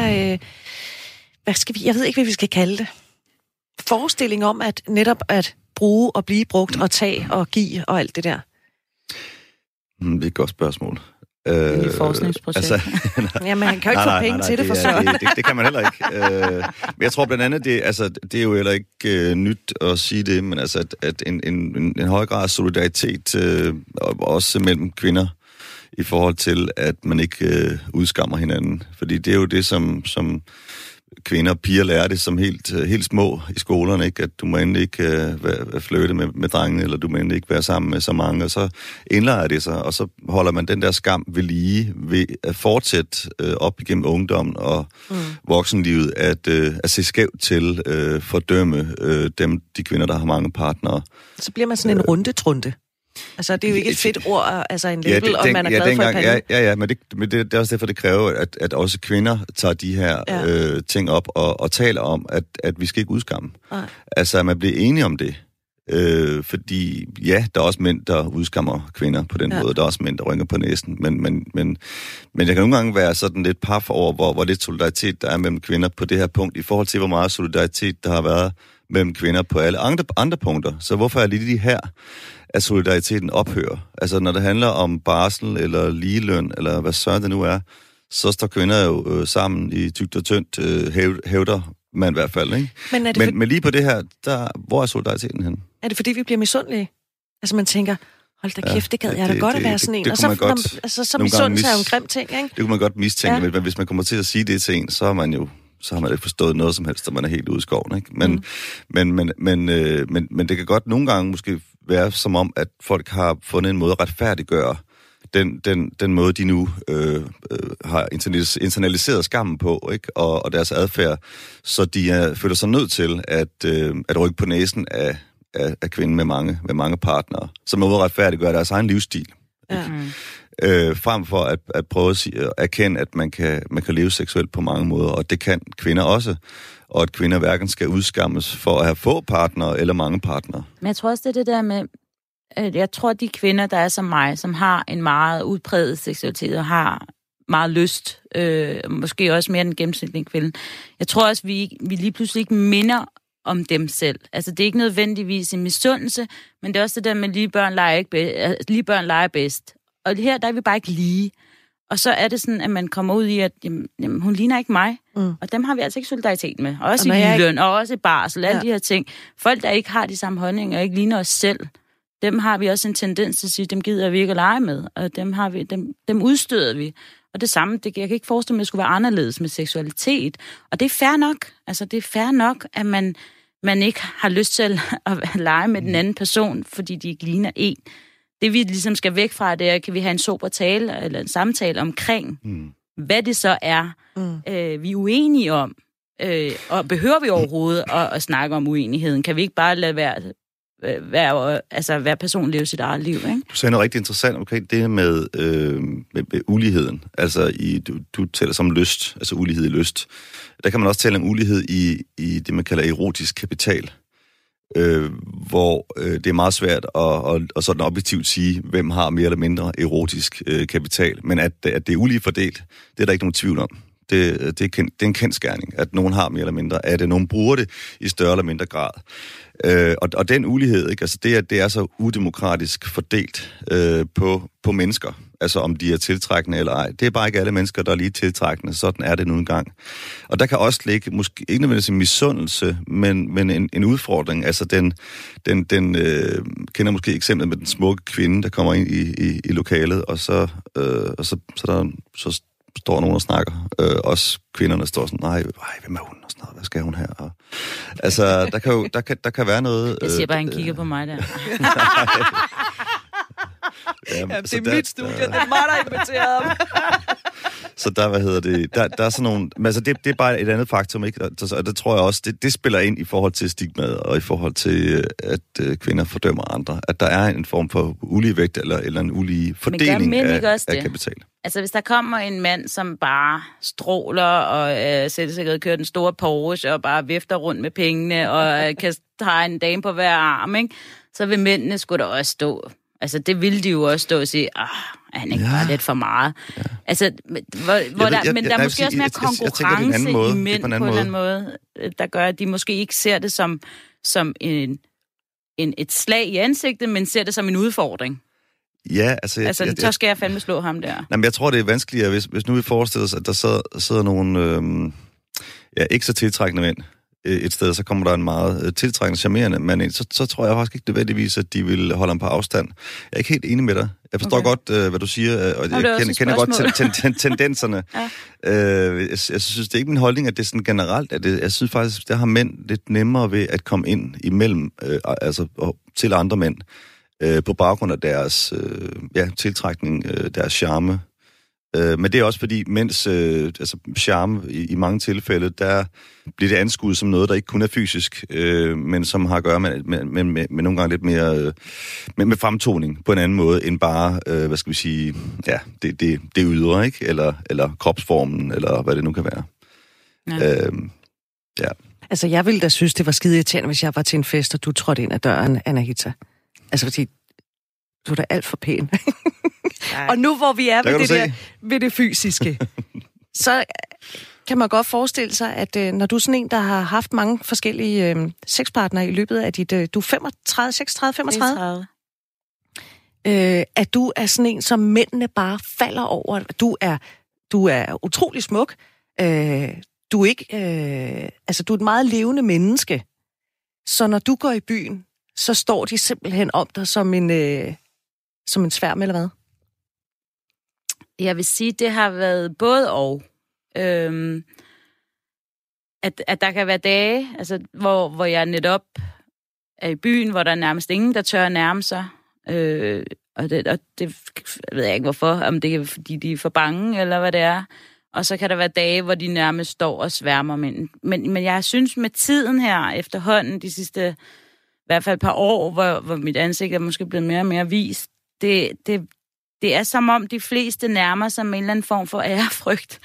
A: jeg ved ikke, hvad vi skal kalde det, forestilling om, at netop at bruge og blive brugt og tage og give og alt det der?
B: Det er et godt spørgsmål.
C: I forskningsprojekt.
B: Altså,
A: jamen, han kan jo ikke få penge til det for så.
B: Det kan man heller ikke. Men jeg tror blandt andet, det er jo heller ikke nyt at sige det, men altså, at en høj grad af solidaritet, også mellem kvinder, i forhold til, at man ikke udskammer hinanden. Fordi det er jo det, som kvinder og piger lærer det som helt små i skolerne, ikke? At du må endelig ikke flytte med drengene, eller du må endelig ikke være sammen med så mange, og så indlejer det sig, og så holder man den der skam ved lige, ved at fortsætte op igennem ungdommen og voksenlivet, at se skævt til, fordømme de kvinder, der har mange partnere. Så
A: bliver man sådan en rundetrunde. Altså, det er jo ikke et fedt ord, altså en label, og man er glad for et pande.
B: Ja, men det er også derfor, det kræver, at også kvinder tager de her ting op og taler om, at vi skal ikke udskamme. Altså, at man bliver enige om det. Fordi, ja, der er også mænd, der udskammer kvinder på den måde. Der er også mænd, der rynker på næsen. Men jeg kan nogle gange være sådan lidt paf over, hvor lidt solidaritet der er mellem kvinder på det her punkt, i forhold til, hvor meget solidaritet der har været mellem kvinder på alle andre punkter. Så hvorfor er lige de her, at solidariteten ophører? Altså, når det handler om barsel eller ligeløn, eller hvad så det nu er, så står kvinder jo sammen i tykt og tyndt, hævder man i hvert fald, ikke? Men lige på det her, hvor er solidariteten henne?
A: Er det fordi, vi bliver misundelige? Altså, man tænker, hold da kæft, det gad jeg da godt at være sådan en. Og så misundelse er jo en grim ting, ikke? Det
B: kunne man godt mistænke, men hvis man kommer til at sige det til en, så har man ikke forstået noget som helst, og man er helt ude i skoven, ikke? Men det kan godt nogle gange måske være som om, at folk har fundet en måde at retfærdiggøre den måde, de nu har internaliseret skammen på, ikke? Og deres adfærd, så de føler sig nødt til at rykke på næsen af kvinden med mange partnere, som er ude at retfærdiggøre deres egen livsstil. Frem for at prøve at erkende, at man kan leve seksuelt på mange måder, og det kan kvinder også, og at kvinder hverken skal udskammes for at have få partnere eller mange partnere.
C: Men jeg tror også, det der med, jeg tror, at de kvinder, der er som mig, som har en meget udpræget seksualitet og har meget lyst, måske også mere end gennemsnitlige kvinde, jeg tror også, vi lige pludselig ikke minder om dem selv. Altså, det er ikke nødvendigvis en misundelse, men det er også det der med, lige børn leger bedst. Og her, der er vi bare ikke lige. Og så er det sådan, at man kommer ud i, at jamen, hun ligner ikke mig. Og dem har vi altså ikke solidaritet med. Også i ligeløn, og også i barsel, alle de her ting. Folk, der ikke har de samme holdninger, og ikke ligner os selv, dem har vi også en tendens til at sige, dem gider vi ikke at lege med. Og dem udstøder vi. Og det samme, jeg kan ikke forestille mig, at det skulle være anderledes med seksualitet. Og det er fair nok. Altså, det er fair nok, at man ikke har lyst til at lege med den anden person, fordi de ikke ligner en. Det, vi ligesom skal væk fra, det er, kan vi have en sober tale, eller en samtale omkring, hvad det så er, vi er uenige om. Og behøver vi overhovedet at snakke om uenigheden? Kan vi ikke bare lade hver person leve sit eget liv, ikke?
B: Du sagde noget rigtig interessant omkring det med uligheden. Altså, du taler som lyst, altså ulighed i lyst. Der kan man også tale om ulighed i det, man kalder erotisk kapital. Hvor det er meget svært at sådan objektivt sige, hvem har mere eller mindre erotisk kapital. Men at det er ulige fordelt, det er der ikke nogen tvivl om. Det er en kendsgerning, at nogen har mere eller mindre, at nogen bruger det i større eller mindre grad. Og den ulighed, ikke? Altså det er så udemokratisk fordelt på mennesker, altså om de er tiltrækkende eller ej. Det er bare ikke alle mennesker, der er lige tiltrækkende, sådan er det nu engang. Og der kan også ligge, måske ikke nødvendigvis en misundelse, men en udfordring. Altså den kender måske eksemplet med den smukke kvinde, der kommer ind i lokalet, og så står nogen og snakker. Også kvinderne står sådan, nej, hvem er hun? Og sådan noget, hvad skal hun her? Og, altså, der kan være noget...
C: Jeg siger bare, han kigger på mig der.
A: Jamen, det er mit studie, det er mig, der inviterer ham.
B: Så der, der er sådan nogle... Men altså, det er bare et andet faktum, ikke? Og der tror jeg også, det spiller ind i forhold til stigmaet, og i forhold til, at kvinder fordømmer andre. At der er en form for uligevægt, eller en ulige fordeling af kapital.
C: Altså, hvis der kommer en mand, som bare stråler og selvsikkert kører den store Porsche og bare vifter rundt med pengene og kan have en dame på hver arm, ikke? Så vil mændene sgu da også stå. Altså, det ville de jo også stå og sige, er han ikke bare lidt for meget? Ja. Altså, men der er måske også mere konkurrence i mænd på en eller anden måde, der gør, at de måske ikke ser det som et slag i ansigtet, men ser det som en udfordring.
B: Ja, altså...
C: så skal jeg fandme slå ham der.
B: Jamen, jeg tror, det er vanskeligere, hvis nu vi forestiller os, at der sidder nogle ikke så tiltrækkende mænd et sted, så kommer der en meget tiltrækkende, charmerende mand ind, så tror jeg faktisk ikke nødvendigvis, at de vil holde ham på afstand. Jeg er ikke helt enig med dig. Jeg forstår godt, hvad du siger, og jeg kender godt tendenserne. Ja. Jeg synes, det er ikke min holdning, at det er sådan generelt, at jeg synes faktisk, der har mænd lidt nemmere ved at komme ind imellem, til andre mænd, på baggrund af deres tiltrækning, deres charme. Men det er også fordi mænds charme i mange tilfælde, der bliver det anskuet som noget, der ikke kun er fysisk, men som har at gøre med nogle gange lidt mere med fremtoning på en anden måde, end bare, det ydre, ikke? Eller kropsformen, eller hvad det nu kan være. Ja.
A: Altså, jeg ville da synes, det var skide irriterende, hvis jeg var til en fest, og du trådte ind ad døren, Anahita. Altså, fordi du er da alt for pæn. Og nu, hvor vi er ved det fysiske, så kan man godt forestille sig, at når du er sådan en, der har haft mange forskellige sexpartnere i løbet af dit... du er 35, 36, 35? At du er sådan en, som mændene bare falder over. Du er utrolig smuk. Du er ikke... du er et meget levende menneske. Så når du går i byen, så står de simpelthen om dig som en sværm, eller hvad?
C: Jeg vil sige, det har været både og. At der kan være dage, altså, hvor jeg netop er i byen, hvor der er nærmest ingen, der tør at nærme sig. Og det ved jeg ikke hvorfor, om det er fordi, de er for bange, eller hvad det er. Og så kan der være dage, hvor de nærmest står og sværmer. Men jeg synes med tiden her, efterhånden, de sidste i hvert fald et par år, hvor mit ansigt er måske blevet mere og mere vist, det er som om de fleste nærmer sig med en eller anden form for ærefrygt.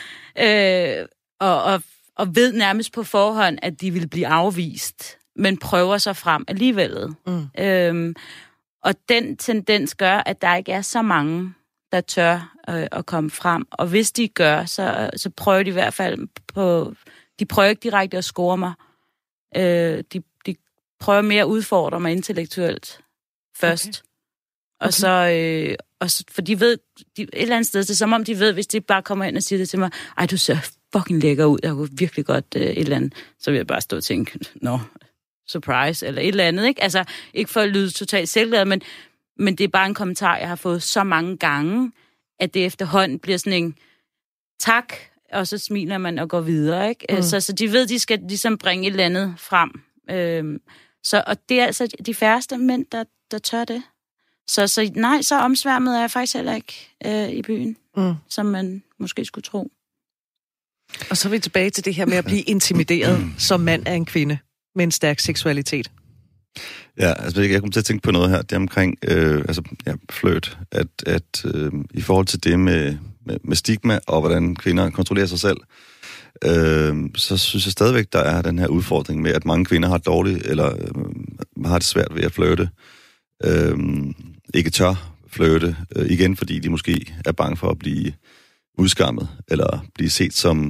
C: Og ved nærmest på forhånd, at de vil blive afvist, men prøver sig frem alligevel. Og den tendens gør, at der ikke er så mange, der tør at komme frem. Og hvis de gør, så prøver de i hvert fald de prøver ikke direkte at score mig. De prøver mere at udfordre mig intellektuelt først. Okay. Og så, for de ved, et eller andet sted, det er som om de ved, hvis de bare kommer ind og siger det til mig, ej, du ser fucking lækker ud, jeg kunne virkelig godt et eller andet, så vil jeg bare stå og tænke, surprise, eller et eller andet, ikke? Altså, ikke for at lyde totalt selvglad, men det er bare en kommentar, jeg har fået så mange gange, at det efterhånden bliver sådan en tak, og så smiler man og går videre, ikke? Så de ved, de skal ligesom bringe et eller andet frem. Og det er altså de færreste mænd, der tør det. Så nej, så omsværmet er jeg faktisk heller ikke i byen, som man måske skulle tro.
A: Og så er vi tilbage til det her med at blive intimideret som mand af en kvinde med en stærk seksualitet.
B: Ja, altså jeg kom til at tænke på noget her, det omkring fløjt, at i forhold til det med stigma og hvordan kvinder kontrollerer sig selv, så synes jeg stadigvæk, der er den her udfordring med, at mange kvinder har dårligt, eller har det svært ved at flirte, ikke tør flirte, igen fordi de måske er bange for at blive udskammet, eller blive set som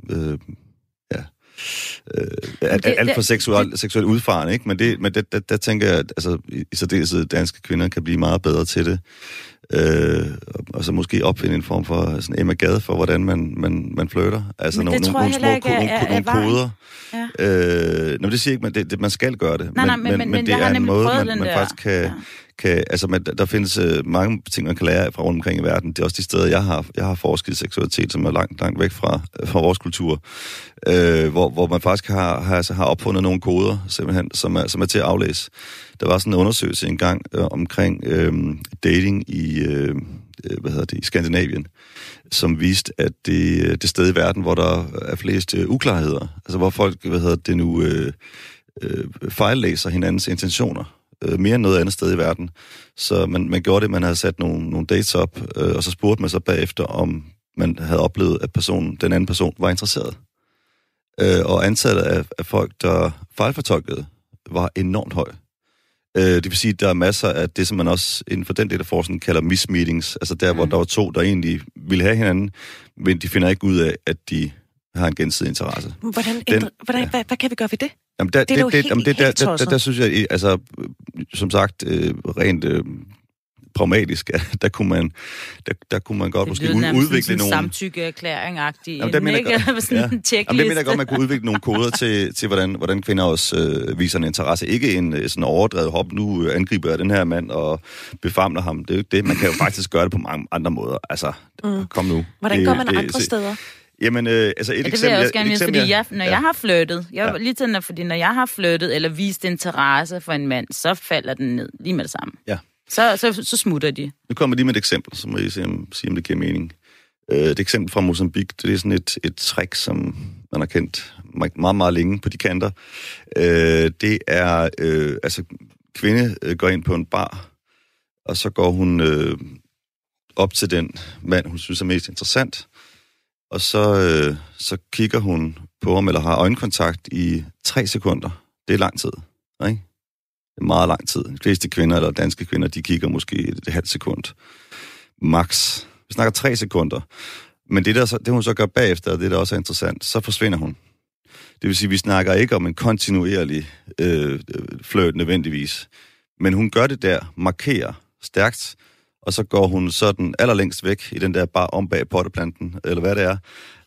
B: alt for seksuelt udfarende, ikke? Men der tænker jeg, at altså, i særdeleshed danske kvinder kan blive meget bedre til det. Og så måske opfinde en form for sådan Emma Gade for, hvordan man flirter. Altså nogle koder. Ja. Det siger ikke, at man skal gøre det. Men det er en måde, man faktisk kan altså, der findes mange ting, man kan lære fra rundt omkring i verden. Det er også de steder, jeg har forsket i seksualitet, som er langt væk fra vores kultur, hvor man faktisk har opfundet nogle koder, simpelthen, som er til at aflæse. Der var sådan en undersøgelse engang omkring dating i Skandinavien, som viste, at det sted i verden, hvor der er flest uklarheder, altså hvor folk, fejllæser hinandens intentioner, mere end noget andet sted i verden. Så man gjorde det, man havde sat nogle dates op, og så spurgte man så bagefter, om man havde oplevet, at den anden person var interesseret. Og antallet af folk, der fejlfortolkede, var enormt høj. Det vil sige, at der er masser af det, som man også inden for den del af forskningen kalder mismeetings, altså der, hvor der var to, der egentlig ville have hinanden, men de finder ikke ud af, at de har en gensidig interesse.
A: Hvad kan vi gøre ved det?
B: Jamen, der synes jeg, altså, som sagt, rent pragmatisk, der kunne man godt måske udvikle nogle
C: samtykkeerklæring-agtige.
B: Det mener jeg godt, man kunne udvikle nogle koder til hvordan kvinder også viser en interesse. Ikke en sådan overdrevet hop, nu angriber jeg den her mand og befamler ham. Det er jo ikke det. Man kan jo faktisk gøre det på mange andre måder. Altså, kom nu.
A: Hvordan gør man andre steder?
B: Jamen, altså et
C: det
B: eksempel...
C: vil jeg også gerne vide, fordi jeg har flyttet, fordi når jeg har flyttet eller vist interesse for en mand, så falder den ned lige med det samme. Ja. Så smutter de.
B: Nu kommer jeg lige med et eksempel, så må I sige, om det giver mening. Et eksempel fra Mozambique, det er sådan et trick, som man har kendt meget, meget længe på de kanter. Det er, altså, kvinde går ind på en bar, og så går hun op til den mand, hun synes er mest interessant, og så kigger hun på ham, eller har øjenkontakt i 3 sekunder. Det er lang tid, ikke? Det er meget lang tid. De fleste kvinder, eller danske kvinder, de kigger måske et halvt sekund. Max. Vi snakker 3 sekunder. Men det hun så gør bagefter, og det der også er interessant, så forsvinder hun. Det vil sige, vi snakker ikke om en kontinuerlig flirt nødvendigvis. Men hun gør det der, markerer stærkt, og så går hun sådan allerlængst væk i den der bar om bag potteplanten, eller hvad det er.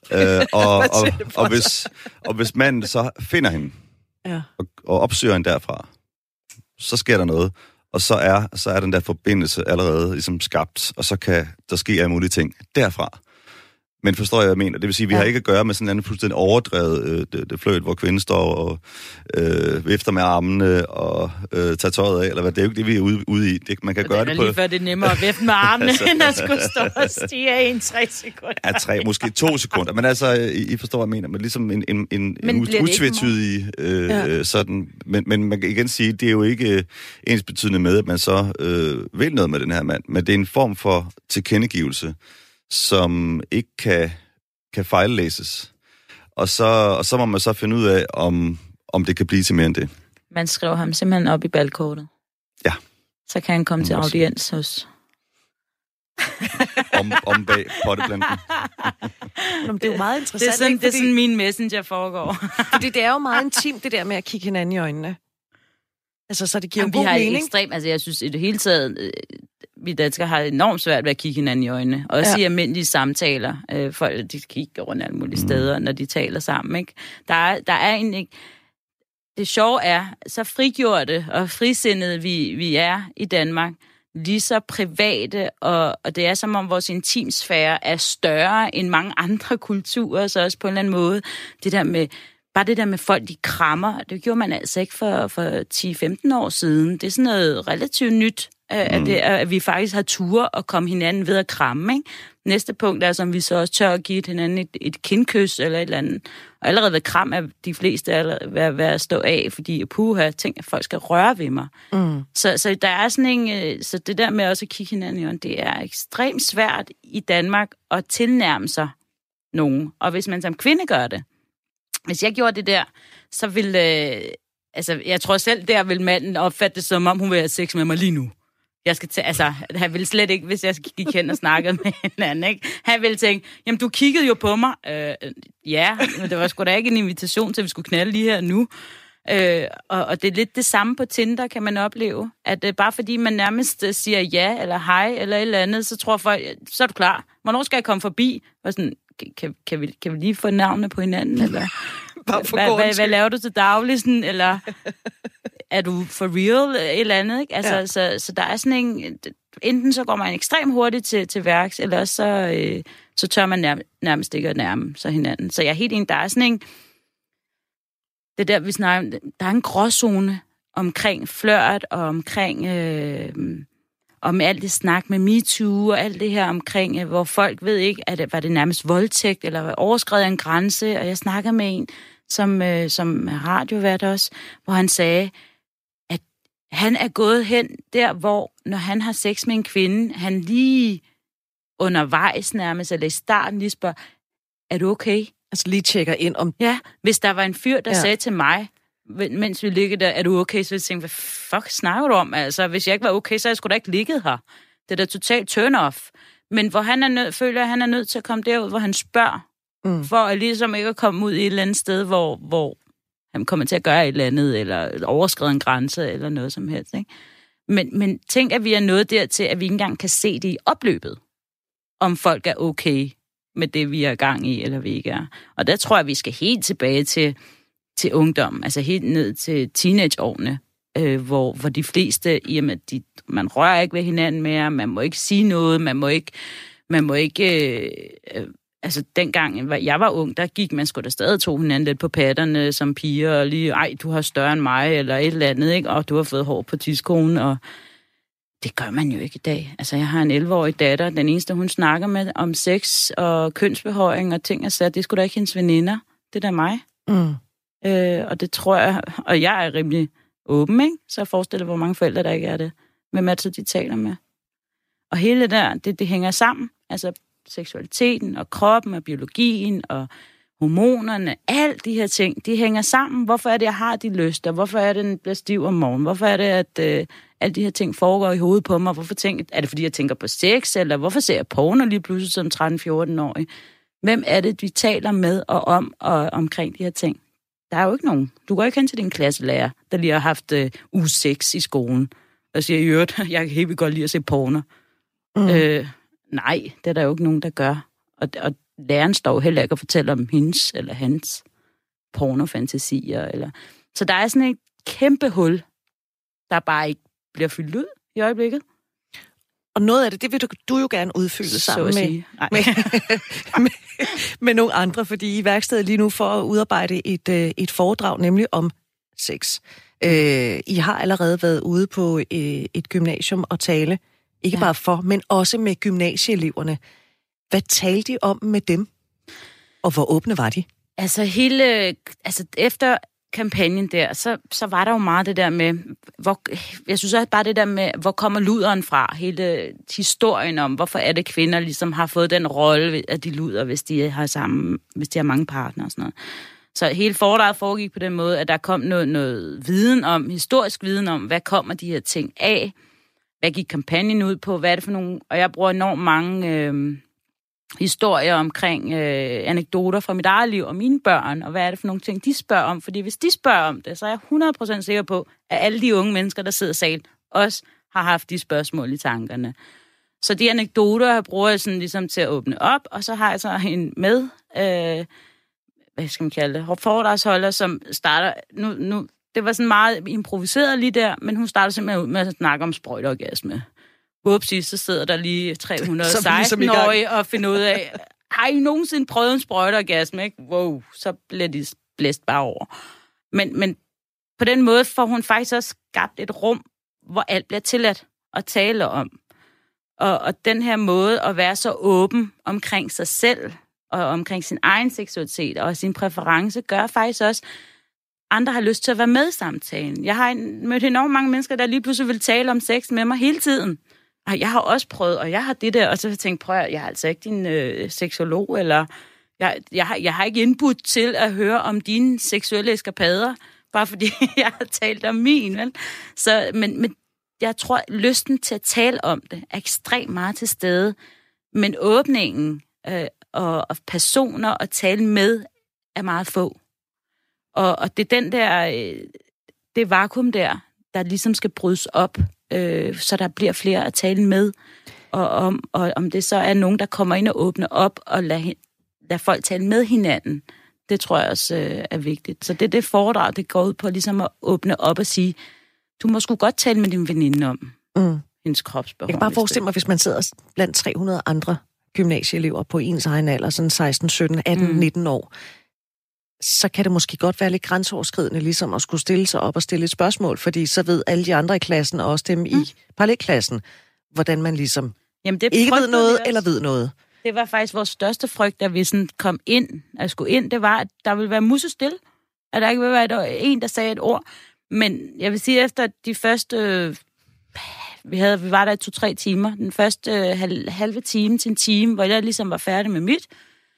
B: Og hvis manden så finder hende, og opsøger hende derfra, så sker der noget, og så er den der forbindelse allerede ligesom skabt, og så kan der ske alle mulige ting derfra. Men forstår jeg, hvad jeg mener? Det vil sige, at vi har ikke at gøre med sådan en anden fuldstændig overdrevet flirt, hvor kvinden står og vifter med armene og tager tøjet af, eller hvad. Det er jo ikke det, vi er ude i. Man kan gøre det på...
C: Lige før det er nemmere at vifte med armene, end at skulle stå og stige af i 3 sekunder.
B: Ja, måske 2 sekunder. Men altså, I forstår, hvad jeg mener. Men ligesom en utvetydig sådan... Men man kan igen sige, det er jo ikke ensbetydende med, at man så vil noget med den her mand. Men det er en form for tilkendegivelse, som ikke kan fejllæses. Og så må man så finde ud af, om det kan blive til mere end det.
C: Man skriver ham simpelthen op i balkortet.
B: Ja.
C: Så kan han komme til audiens hos...
B: om bag potteplanten.
A: Det er jo meget interessant.
C: Det er sådan min messenger foregår.
A: Fordi det er jo meget intimt, det der med at kigge hinanden i øjnene. Altså, så det giver god mening.
C: Ekstremt, altså jeg synes i det hele taget... vi danskere har enormt svært ved at kigge hinanden i øjnene. Også i almindelige samtaler. Folk, de kigger rundt alle mulige steder, når de taler sammen, ikke? Der er egentlig ikke... Det sjove er, så frigjorte og frisindede vi er i Danmark, lige så private, og det er som om vores intimsfære er større end mange andre kulturer, så også på en eller anden måde. Det der med folk, de krammer, det gjorde man altså ikke for 10-15 år siden. Det er sådan noget relativt nyt, at vi faktisk har tur at komme hinanden ved at kramme, ikke? Næste punkt er, som vi så også tør at give hinanden et kindkys eller et eller andet. Og allerede ved kram er de fleste ved at stå af, fordi puha, tænker, at folk skal røre ved mig. Så der er sådan en... Så det der med også at kigge hinanden i øjnene, det er ekstremt svært i Danmark at tilnærme sig nogen. Og hvis man som kvinde gør det, hvis jeg gjorde det der, så ville... jeg tror selv, der vil manden opfatte det som om, hun vil have sex med mig lige nu. Han ville slet ikke, hvis jeg gik hen og snakkede med hinanden, ikke? Han ville tænke, jamen du kiggede jo på mig. Ja, men det var sgu da ikke en invitation til, at vi skulle knalde lige her nu. Og det er lidt det samme på Tinder, kan man opleve. At bare fordi man nærmest siger ja, eller hej, eller et eller andet, så tror folk, så er du klar. Hvornår skal jeg komme forbi? Og sådan, kan vi lige få navnene på hinanden, eller... Hvad laver du til daglig, sådan, eller er du for real, et eller andet, ikke? Altså, så der er sådan en... Enten så går man ekstremt hurtigt til værks, eller så tør man nærmest ikke at nærme sig hinanden. Så jeg er helt enig, der er sådan en... Det der, vi snakker om, der er en gråzone omkring flirt, og omkring... om alt det snak med MeToo, og alt det her omkring, hvor folk ved ikke, var det nærmest voldtægt, eller overskredet en grænse, og jeg snakker med en, som radiovært også, hvor han sagde, at han er gået hen der, hvor når han har sex med en kvinde, han lige undervejs nærmest, eller i starten lige spørger, er du okay?
A: Altså lige tjekker ind om...
C: Ja, hvis der var en fyr, der sagde til mig, mens vi ligger der, er du okay? Så jeg tænkte, hvad fuck snakker du om? Altså, hvis jeg ikke var okay, så havde jeg sgu da ikke ligget her. Det er da totalt turn-off. Men hvor han føler, at han er nødt til at komme derud, hvor han spørger, for at ligesom ikke at komme ud i et eller andet sted, hvor han kommer til at gøre et eller andet, eller overskride en grænse, eller noget som helst, ikke? Men tænk, at vi er nået dertil, at vi ikke engang kan se det i opløbet, om folk er okay med det, vi er i gang i, eller vi ikke er. Og der tror jeg, vi skal helt tilbage til ungdom, altså helt ned til teenageårene, hvor de fleste, jamen, man rører ikke ved hinanden mere, man må ikke sige noget, man må ikke altså dengang jeg var ung, der gik man sgu da stadig tog hinanden lidt på patterne som piger, og lige, ej, du har større end mig, eller et eller andet, ikke? Og du har fået hår på tidskonen, og det gør man jo ikke i dag. Altså, jeg har en 11-årig datter, den eneste, hun snakker med om sex og kønsbehøring og ting, og så det er sgu da ikke hendes veninder, det er da mig. Og det tror jeg, og jeg er rimelig åben, ikke? Så jeg forestiller, hvor mange forældre, der ikke er det. Hvem er det så, de taler med? Og hele det hænger sammen. Altså seksualiteten og kroppen og biologien og hormonerne, alt de her ting, de hænger sammen. Hvorfor er det, jeg har de lyster? Hvorfor er det, den bliver stiv om morgenen? Hvorfor er det, at alle de her ting foregår i hovedet på mig? Er det, fordi jeg tænker på sex? Eller hvorfor ser jeg porno lige pludselig som 13-14-årig? Hvem er det, vi taler med og om og omkring de her ting? Der er jo ikke nogen. Du går ikke hen til din klasselærer, der lige har haft uge 6 i skolen, og siger, i øvrigt, jeg kan helt vildt godt lide at se porno. Nej, det er der jo ikke nogen, der gør. Og læreren står heller ikke og fortæller om hendes eller hans pornofantasier. Eller... Så der er sådan et kæmpe hul, der bare ikke bliver fyldt ud i øjeblikket.
A: Og noget af det vil du jo gerne udfylde sammen med nogle andre, fordi I er i værkstedet lige nu for at udarbejde et foredrag, nemlig om sex. I har allerede været ude på et gymnasium og tale, ikke bare for, men også med gymnasieeleverne. Hvad talte I om med dem? Og hvor åbne var de?
C: Altså efter kampagnen der, så var der jo meget det der med, jeg synes også bare det der med, hvor kommer luderen fra? Hele historien om, hvorfor er det kvinder ligesom har fået den rolle, at de luder, hvis de har mange partnere og sådan noget. Så hele foredraget foregik på den måde, at der kom noget viden om, historisk viden om, hvad kommer de her ting af? Hvad gik kampagnen ud på? Hvad er det for nogle... Og jeg bruger enormt mange historier omkring anekdoter fra mit eget liv og mine børn, og hvad er det for nogle ting, de spørger om? Fordi hvis de spørger om det, så er jeg 100% sikker på, at alle de unge mennesker, der sidder i salen, også har haft de spørgsmål i tankerne. Så de anekdoter bruger jeg sådan ligesom til at åbne op, og så har jeg så en med, hvad skal man kalde det, foredragsholder, som starter, nu det var sådan meget improviseret lige der, men hun starter simpelthen ud med at snakke om sprøjteorgasme. Whoopsie, så sidder der lige 316-årige og finder ud af, har I nogensinde prøvet en sprøjteorgasme, ikke? Wow, så bliver de blæst bare over. Men på den måde får hun faktisk også skabt et rum, hvor alt bliver tilladt at tale om. Og den her måde at være så åben omkring sig selv, og omkring sin egen seksualitet og sin præference, gør faktisk også, andre har lyst til at være med i samtalen. Jeg har mødt enormt mange mennesker, der lige pludselig vil tale om sex med mig hele tiden. Og jeg har også prøvet, og jeg har det der, og så har jeg tænkt, jeg er altså ikke din seksolog, eller jeg har ikke input til at høre om dine seksuelle eskapader, bare fordi jeg har talt om min, vel? Så, men jeg tror, lysten til at tale om det er ekstremt meget til stede, men åbningen og personer at tale med er meget få. Og det er den der, det vakuum der ligesom skal brydes op, så der bliver flere at tale med, og om det så er nogen, der kommer ind og åbner op og lader folk tale med hinanden. Det tror jeg også er vigtigt. Så det foredrag, det går ud på ligesom at åbne op og sige, du må sgu godt tale med din veninde om hendes kropsbehov. Jeg
A: kan bare forestille mig, hvis man sidder blandt 300 andre gymnasieelever på ens egen alder, sådan 16, 17, 18, 19 år, så kan det måske godt være lidt grænseoverskridende, ligesom at skulle stille sig op og stille et spørgsmål, fordi så ved alle de andre i klassen, og også dem i parallelklassen, hvordan man ligesom ikke ved noget, eller ved noget.
C: Det var faktisk vores største frygt, da vi sådan kom ind, at skulle ind, det var, at der ville være musestille, at der ikke ville være en, der sagde et ord. Men jeg vil sige, efter de første, vi var der i 2-3 timer, den første halve time til en time, hvor jeg ligesom var færdig med mit,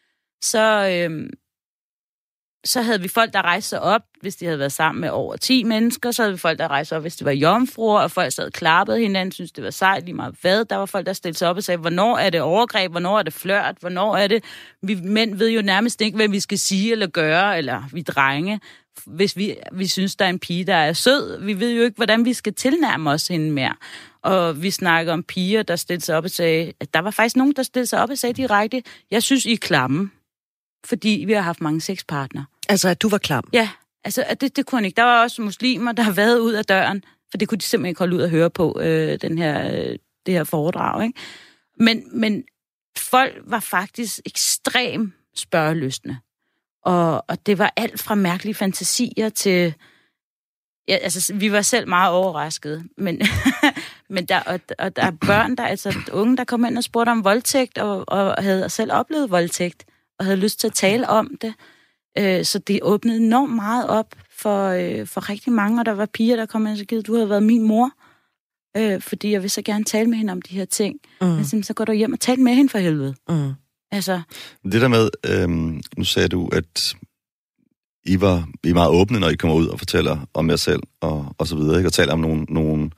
C: så havde vi folk, der rejste sig op, hvis de havde været sammen med over 10 mennesker. Så havde vi folk, der rejste sig op, hvis det var jomfruer, og folk sad og klappede hinanden, syntes, det var sejt lige meget hvad. Der var folk, der stillede sig op og sagde, hvornår er det overgreb, hvornår er det flørt, hvornår er det... Vi mænd ved jo nærmest ikke, hvad vi skal sige eller gøre, eller vi drenge, hvis vi synes, der er en pige, der er sød. Vi ved jo ikke, hvordan vi skal tilnærme os hende mere. Og vi snakker om piger, der stillede sig op og sagde... At der var faktisk nogen, der stillede sig op og sagde direkte, jeg synes, I er klamme, fordi vi har haft mange sexpartnere.
A: Altså, at du var klam?
C: Ja, altså, det kunne ikke. Der var også muslimer, der har været ud af døren, for det kunne de simpelthen ikke holde ud at høre på, det her foredrag, ikke? Men folk var faktisk ekstremt spørgelystne. Og det var alt fra mærkelige fantasier til... Ja, altså, vi var selv meget overraskede, men der er børn, unge, der kom ind og spurgte om voldtægt, og havde selv oplevet voldtægt, og havde lyst til at tale om det. Så det åbnede enormt meget op for rigtig mange, og der var piger, der kom ind og sagde, du havde været min mor, fordi jeg vil så gerne tale med hende om de her ting. Men så går du hjem og tale med hende for helvede. Altså. Det
B: der med, nu sagde du, at I er meget åbne, når I kommer ud og fortæller om jer selv, og så videre, ikke? Og taler om nogle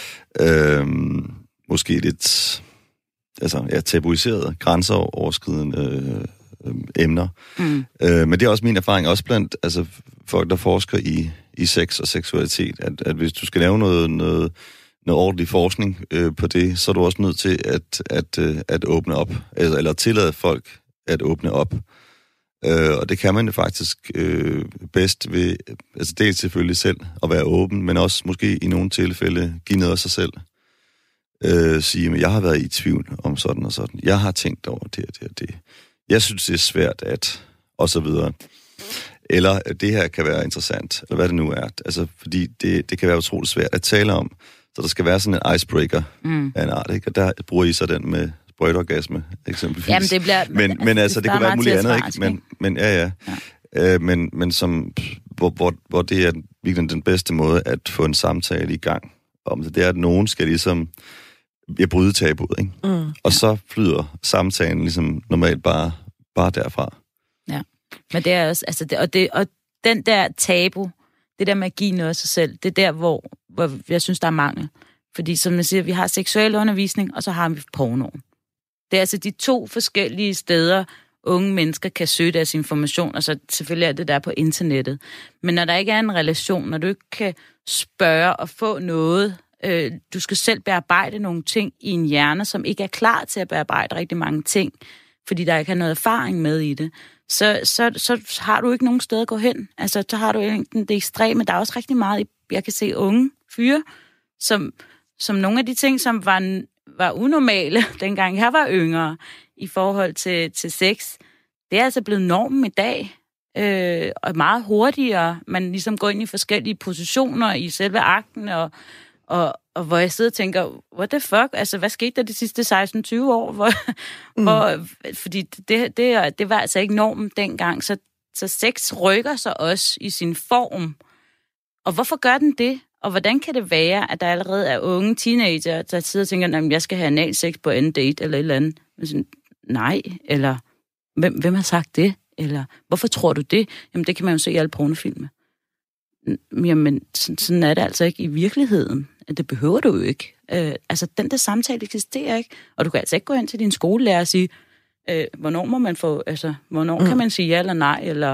B: måske lidt tabuiserede, grænseoverskridende emner. Men det er også min erfaring, også blandt folk, der forsker i sex og seksualitet, at hvis du skal lave noget ordentlig forskning på det, så er du også nødt til at åbne op, eller tillade folk at åbne op. Og det kan man jo faktisk bedst ved, dels selvfølgelig selv at være åben, men også måske i nogle tilfælde give noget af sig selv. Sige, at jeg har været i tvivl om sådan og sådan. Jeg har tænkt over det og det. Jeg synes, det er svært og så videre. Eller at det her kan være interessant, eller hvad det nu er. Altså, fordi det kan være utroligt svært at tale om. Så der skal være sådan en icebreaker af en art, ikke? Og der bruger I så den med sprøjteorgasme, eksempelvis.
C: Jamen, det bliver...
B: Men det kunne være muligt andet, ikke? Men ja. Men som, hvor det er virkelig den bedste måde at få en samtale i gang om det, er, at nogen skal ligesom bryde tabuet, ikke? Og så flyder samtalen ligesom normalt bare derfra. Ja,
C: men det er også, og den der tabu, det der med at give noget af sig selv, det er der, hvor jeg synes, der er mangel. Fordi som jeg siger, vi har seksuel undervisning, og så har vi pornoen. Det er altså de 2 forskellige steder, unge mennesker kan søge deres information, og så selvfølgelig er det der på internettet. Men når der ikke er en relation, når du ikke kan spørge og få noget Du skal selv bearbejde nogle ting i en hjerne, som ikke er klar til at bearbejde rigtig mange ting, fordi der ikke er noget erfaring med i det. Så har du ikke nogen sted at gå hen. Altså, så har du det ekstreme. Der er også rigtig meget, jeg kan se unge fyre, som nogle af de ting, som var unormale, dengang jeg var yngre, i forhold til sex, det er altså blevet normen i dag. Og meget hurtigere. Man ligesom går ind i forskellige positioner i selve akten, og hvor jeg sidder og tænker, what the fuck? Altså, hvad skete der de sidste 16-20 år? Fordi det var altså ikke normen dengang. Så sex rykker sig også i sin form. Og hvorfor gør den det? Og hvordan kan det være, at der allerede er unge teenager, der sidder og tænker, at jeg skal have analsex på anden date, eller et eller andet? Sådan, nej, eller hvem har sagt det? Eller hvorfor tror du det? Jamen, det kan man jo se i alle pornofilmer. Jamen, sådan er det altså ikke i virkeligheden. Det behøver du jo ikke. Altså, den der samtale eksisterer ikke. Og du kan altså ikke gå hen til din skolelærer og sige, hvornår må man få, altså, hvornår kan man sige ja eller nej, eller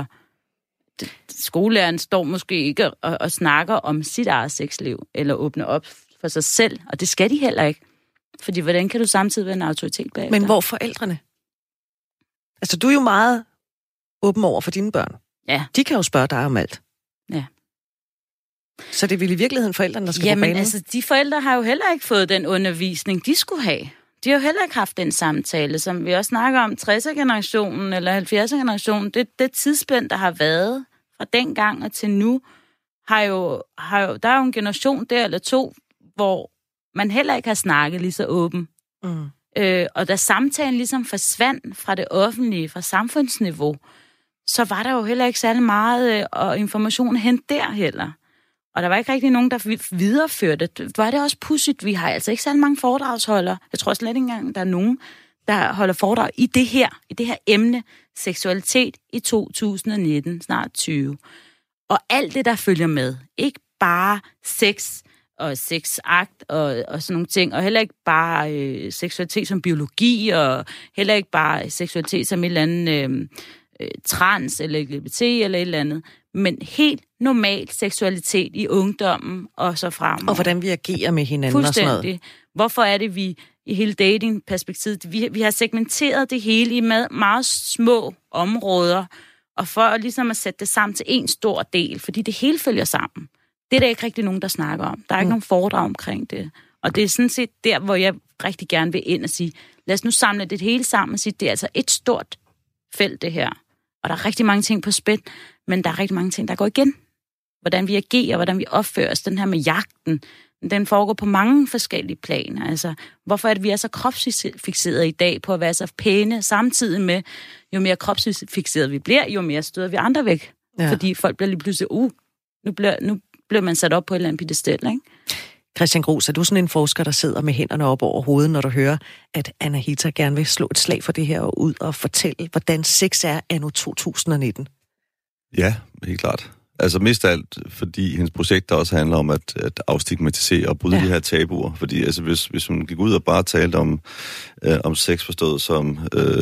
C: skolelæreren står måske ikke og snakker om sit eget sexliv, eller åbner op for sig selv, og det skal de heller ikke. Fordi hvordan kan du samtidig være en autoritet bagefter?
A: Men hvor forældrene? Altså, du er jo meget åben over for dine børn.
C: Ja.
A: De kan jo spørge dig om alt.
C: Ja.
A: Så det er vel i virkeligheden forældrene, der skal på banen?
C: Jamen, altså, de forældre har jo heller ikke fået den undervisning, de skulle have. De har jo heller ikke haft den samtale, som vi også snakker om, 60'er-generationen eller 70'er-generationen. Det tidsspænd, der har været fra dengang og til nu, der er jo en generation der eller to, hvor man heller ikke har snakket lige så åben. Mm. Og da samtalen ligesom forsvandt fra det offentlige, fra samfundsniveau, så var der jo heller ikke særlig meget information hen der heller. Og der var ikke rigtig nogen, der videreførte det. Var det også pudsigt? Vi har altså ikke særlig mange foredragsholdere. Jeg tror slet ikke engang, der er nogen, der holder foredrag i det her emne, seksualitet i 2019, snart 20. Og alt det, der følger med. Ikke bare sex og sexakt og sådan nogle ting, og heller ikke bare seksualitet som biologi, og heller ikke bare seksualitet som et eller andet trans eller LGBT eller et eller andet, men helt normal seksualitet i ungdommen og så fremover.
A: Og hvordan vi agerer med hinanden og sådan noget.
C: Hvorfor er det, vi i hele datingperspektivet, vi har segmenteret det hele i meget små områder, og for ligesom at sætte det sammen til en stor del, fordi det hele følger sammen. Det er der ikke rigtig nogen, der snakker om. Der er ikke nogen foredrag omkring det. Og det er sådan set der, hvor jeg rigtig gerne vil ind og sige, lad os nu samle det hele sammen og sige, det er altså et stort felt, det her. Og der er rigtig mange ting på spil, men der er rigtig mange ting, der går igen. Hvordan vi agerer, hvordan vi opfører os, den her med jagten, den foregår på mange forskellige planer. Altså, hvorfor er det, vi er så kropsfixerede i dag på at være så pæne, samtidig med, jo mere kropsfixerede vi bliver, jo mere støder vi andre væk. Ja. Fordi folk bliver lige pludselig, nu bliver man sat op på et eller andet piedestal, ikke?
A: Christian Gruus, er du sådan en forsker, der sidder med hænderne op over hovedet, når du hører, at Anahita gerne vil slå et slag for det her og ud og fortælle, hvordan sex er anno 2019?
B: Ja, helt klart. Altså mest af alt, fordi hendes projekt også handler om at afstigmatisere og bryde de her tabuer. Fordi altså, hvis hun gik ud og bare talte om sex forstået som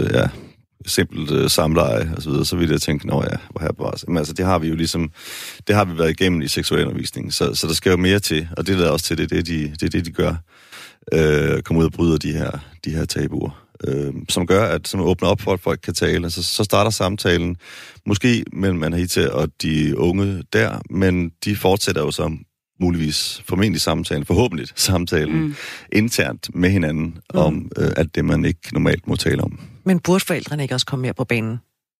B: simpelt samleje og så videre, så ville jeg tænke, hvor her bare. Men altså, det har vi jo ligesom, det har vi været igennem i seksualundervisningen, så der skal jo mere til, og det er der også til, det er det, de gør. Komme ud og bryde de her tabuer. Som gør, at som åbner op for, at folk kan tale. Så starter samtalen, måske mellem Anahita og de unge der, men de fortsætter jo så muligvis, formentlig forhåbentlig samtalen internt med hinanden om alt det, man ikke normalt må tale om.
A: Men burde forældrene ikke også komme mere på banen?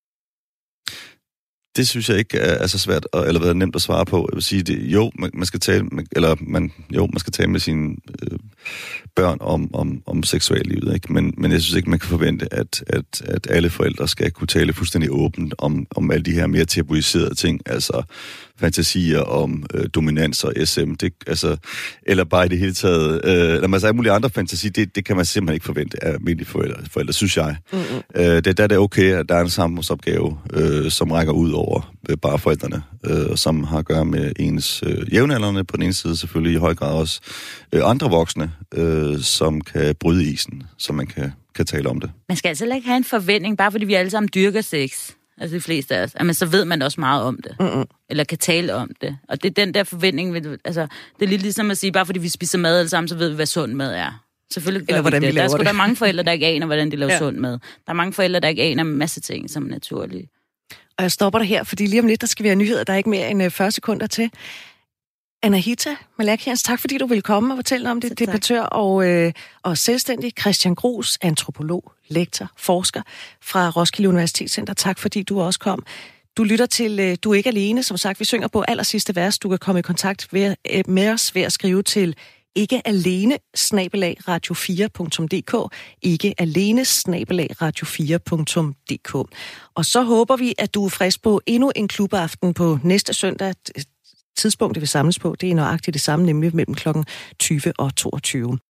B: Det synes jeg ikke er så svært, eller været nemt at svare på. Jeg vil sige, det, man skal tale, man skal tale med sine børn om seksuallivet, ikke? Men jeg synes ikke, man kan forvente, at alle forældre skal kunne tale fuldstændig åbent om alle de her mere tabuiserede ting, altså fantasier om dominans og SM, eller bare i det hele taget, eller man siger mulige andre fantasi, det kan man simpelthen ikke forvente af almindelige forældre, synes jeg. Det er okay, at der er en samfundsopgave, som rækker ud over bare forældrene, som har at gøre med ens jævnaldrende på den ene side, selvfølgelig i høj grad også andre voksne, som kan bryde isen, så man kan tale om det.
C: Man skal altså ikke have en forventning, bare fordi vi alle sammen dyrker sex. altså de fleste af os, men så ved man også meget om det. Eller kan tale om det. Og det er den der forventning, altså det er lidt ligesom at sige, bare fordi vi spiser mad alle sammen, så ved vi, hvad sund mad er. Selvfølgelig gør vi det. Der er sgu da mange forældre, der ikke aner, hvordan de laver sund mad. Der er mange forældre, der ikke aner en masse ting som naturlige.
A: Og jeg stopper dig her, fordi lige om lidt, der skal vi have nyheder. Der er ikke mere end 40 sekunder til. Anahita Malakian, tak fordi du ville komme og fortælle om det. Debattør og selvstændig. Christian Gruus, antropolog, lektor, forsker fra Roskilde Universitetscenter. Tak fordi du også kom. Du lytter til Du er ikke alene. Som sagt, vi synger på allersidste vers. Du kan komme i kontakt med os ved at skrive til ikkealene@radio4.dk. ikkealene@radio4.dk. Og så håber vi, at du er frisk på endnu en klubaften på næste søndag. Tidspunktet vi samles på, det er nøjagtigt det samme, nemlig mellem klokken 20 og 22.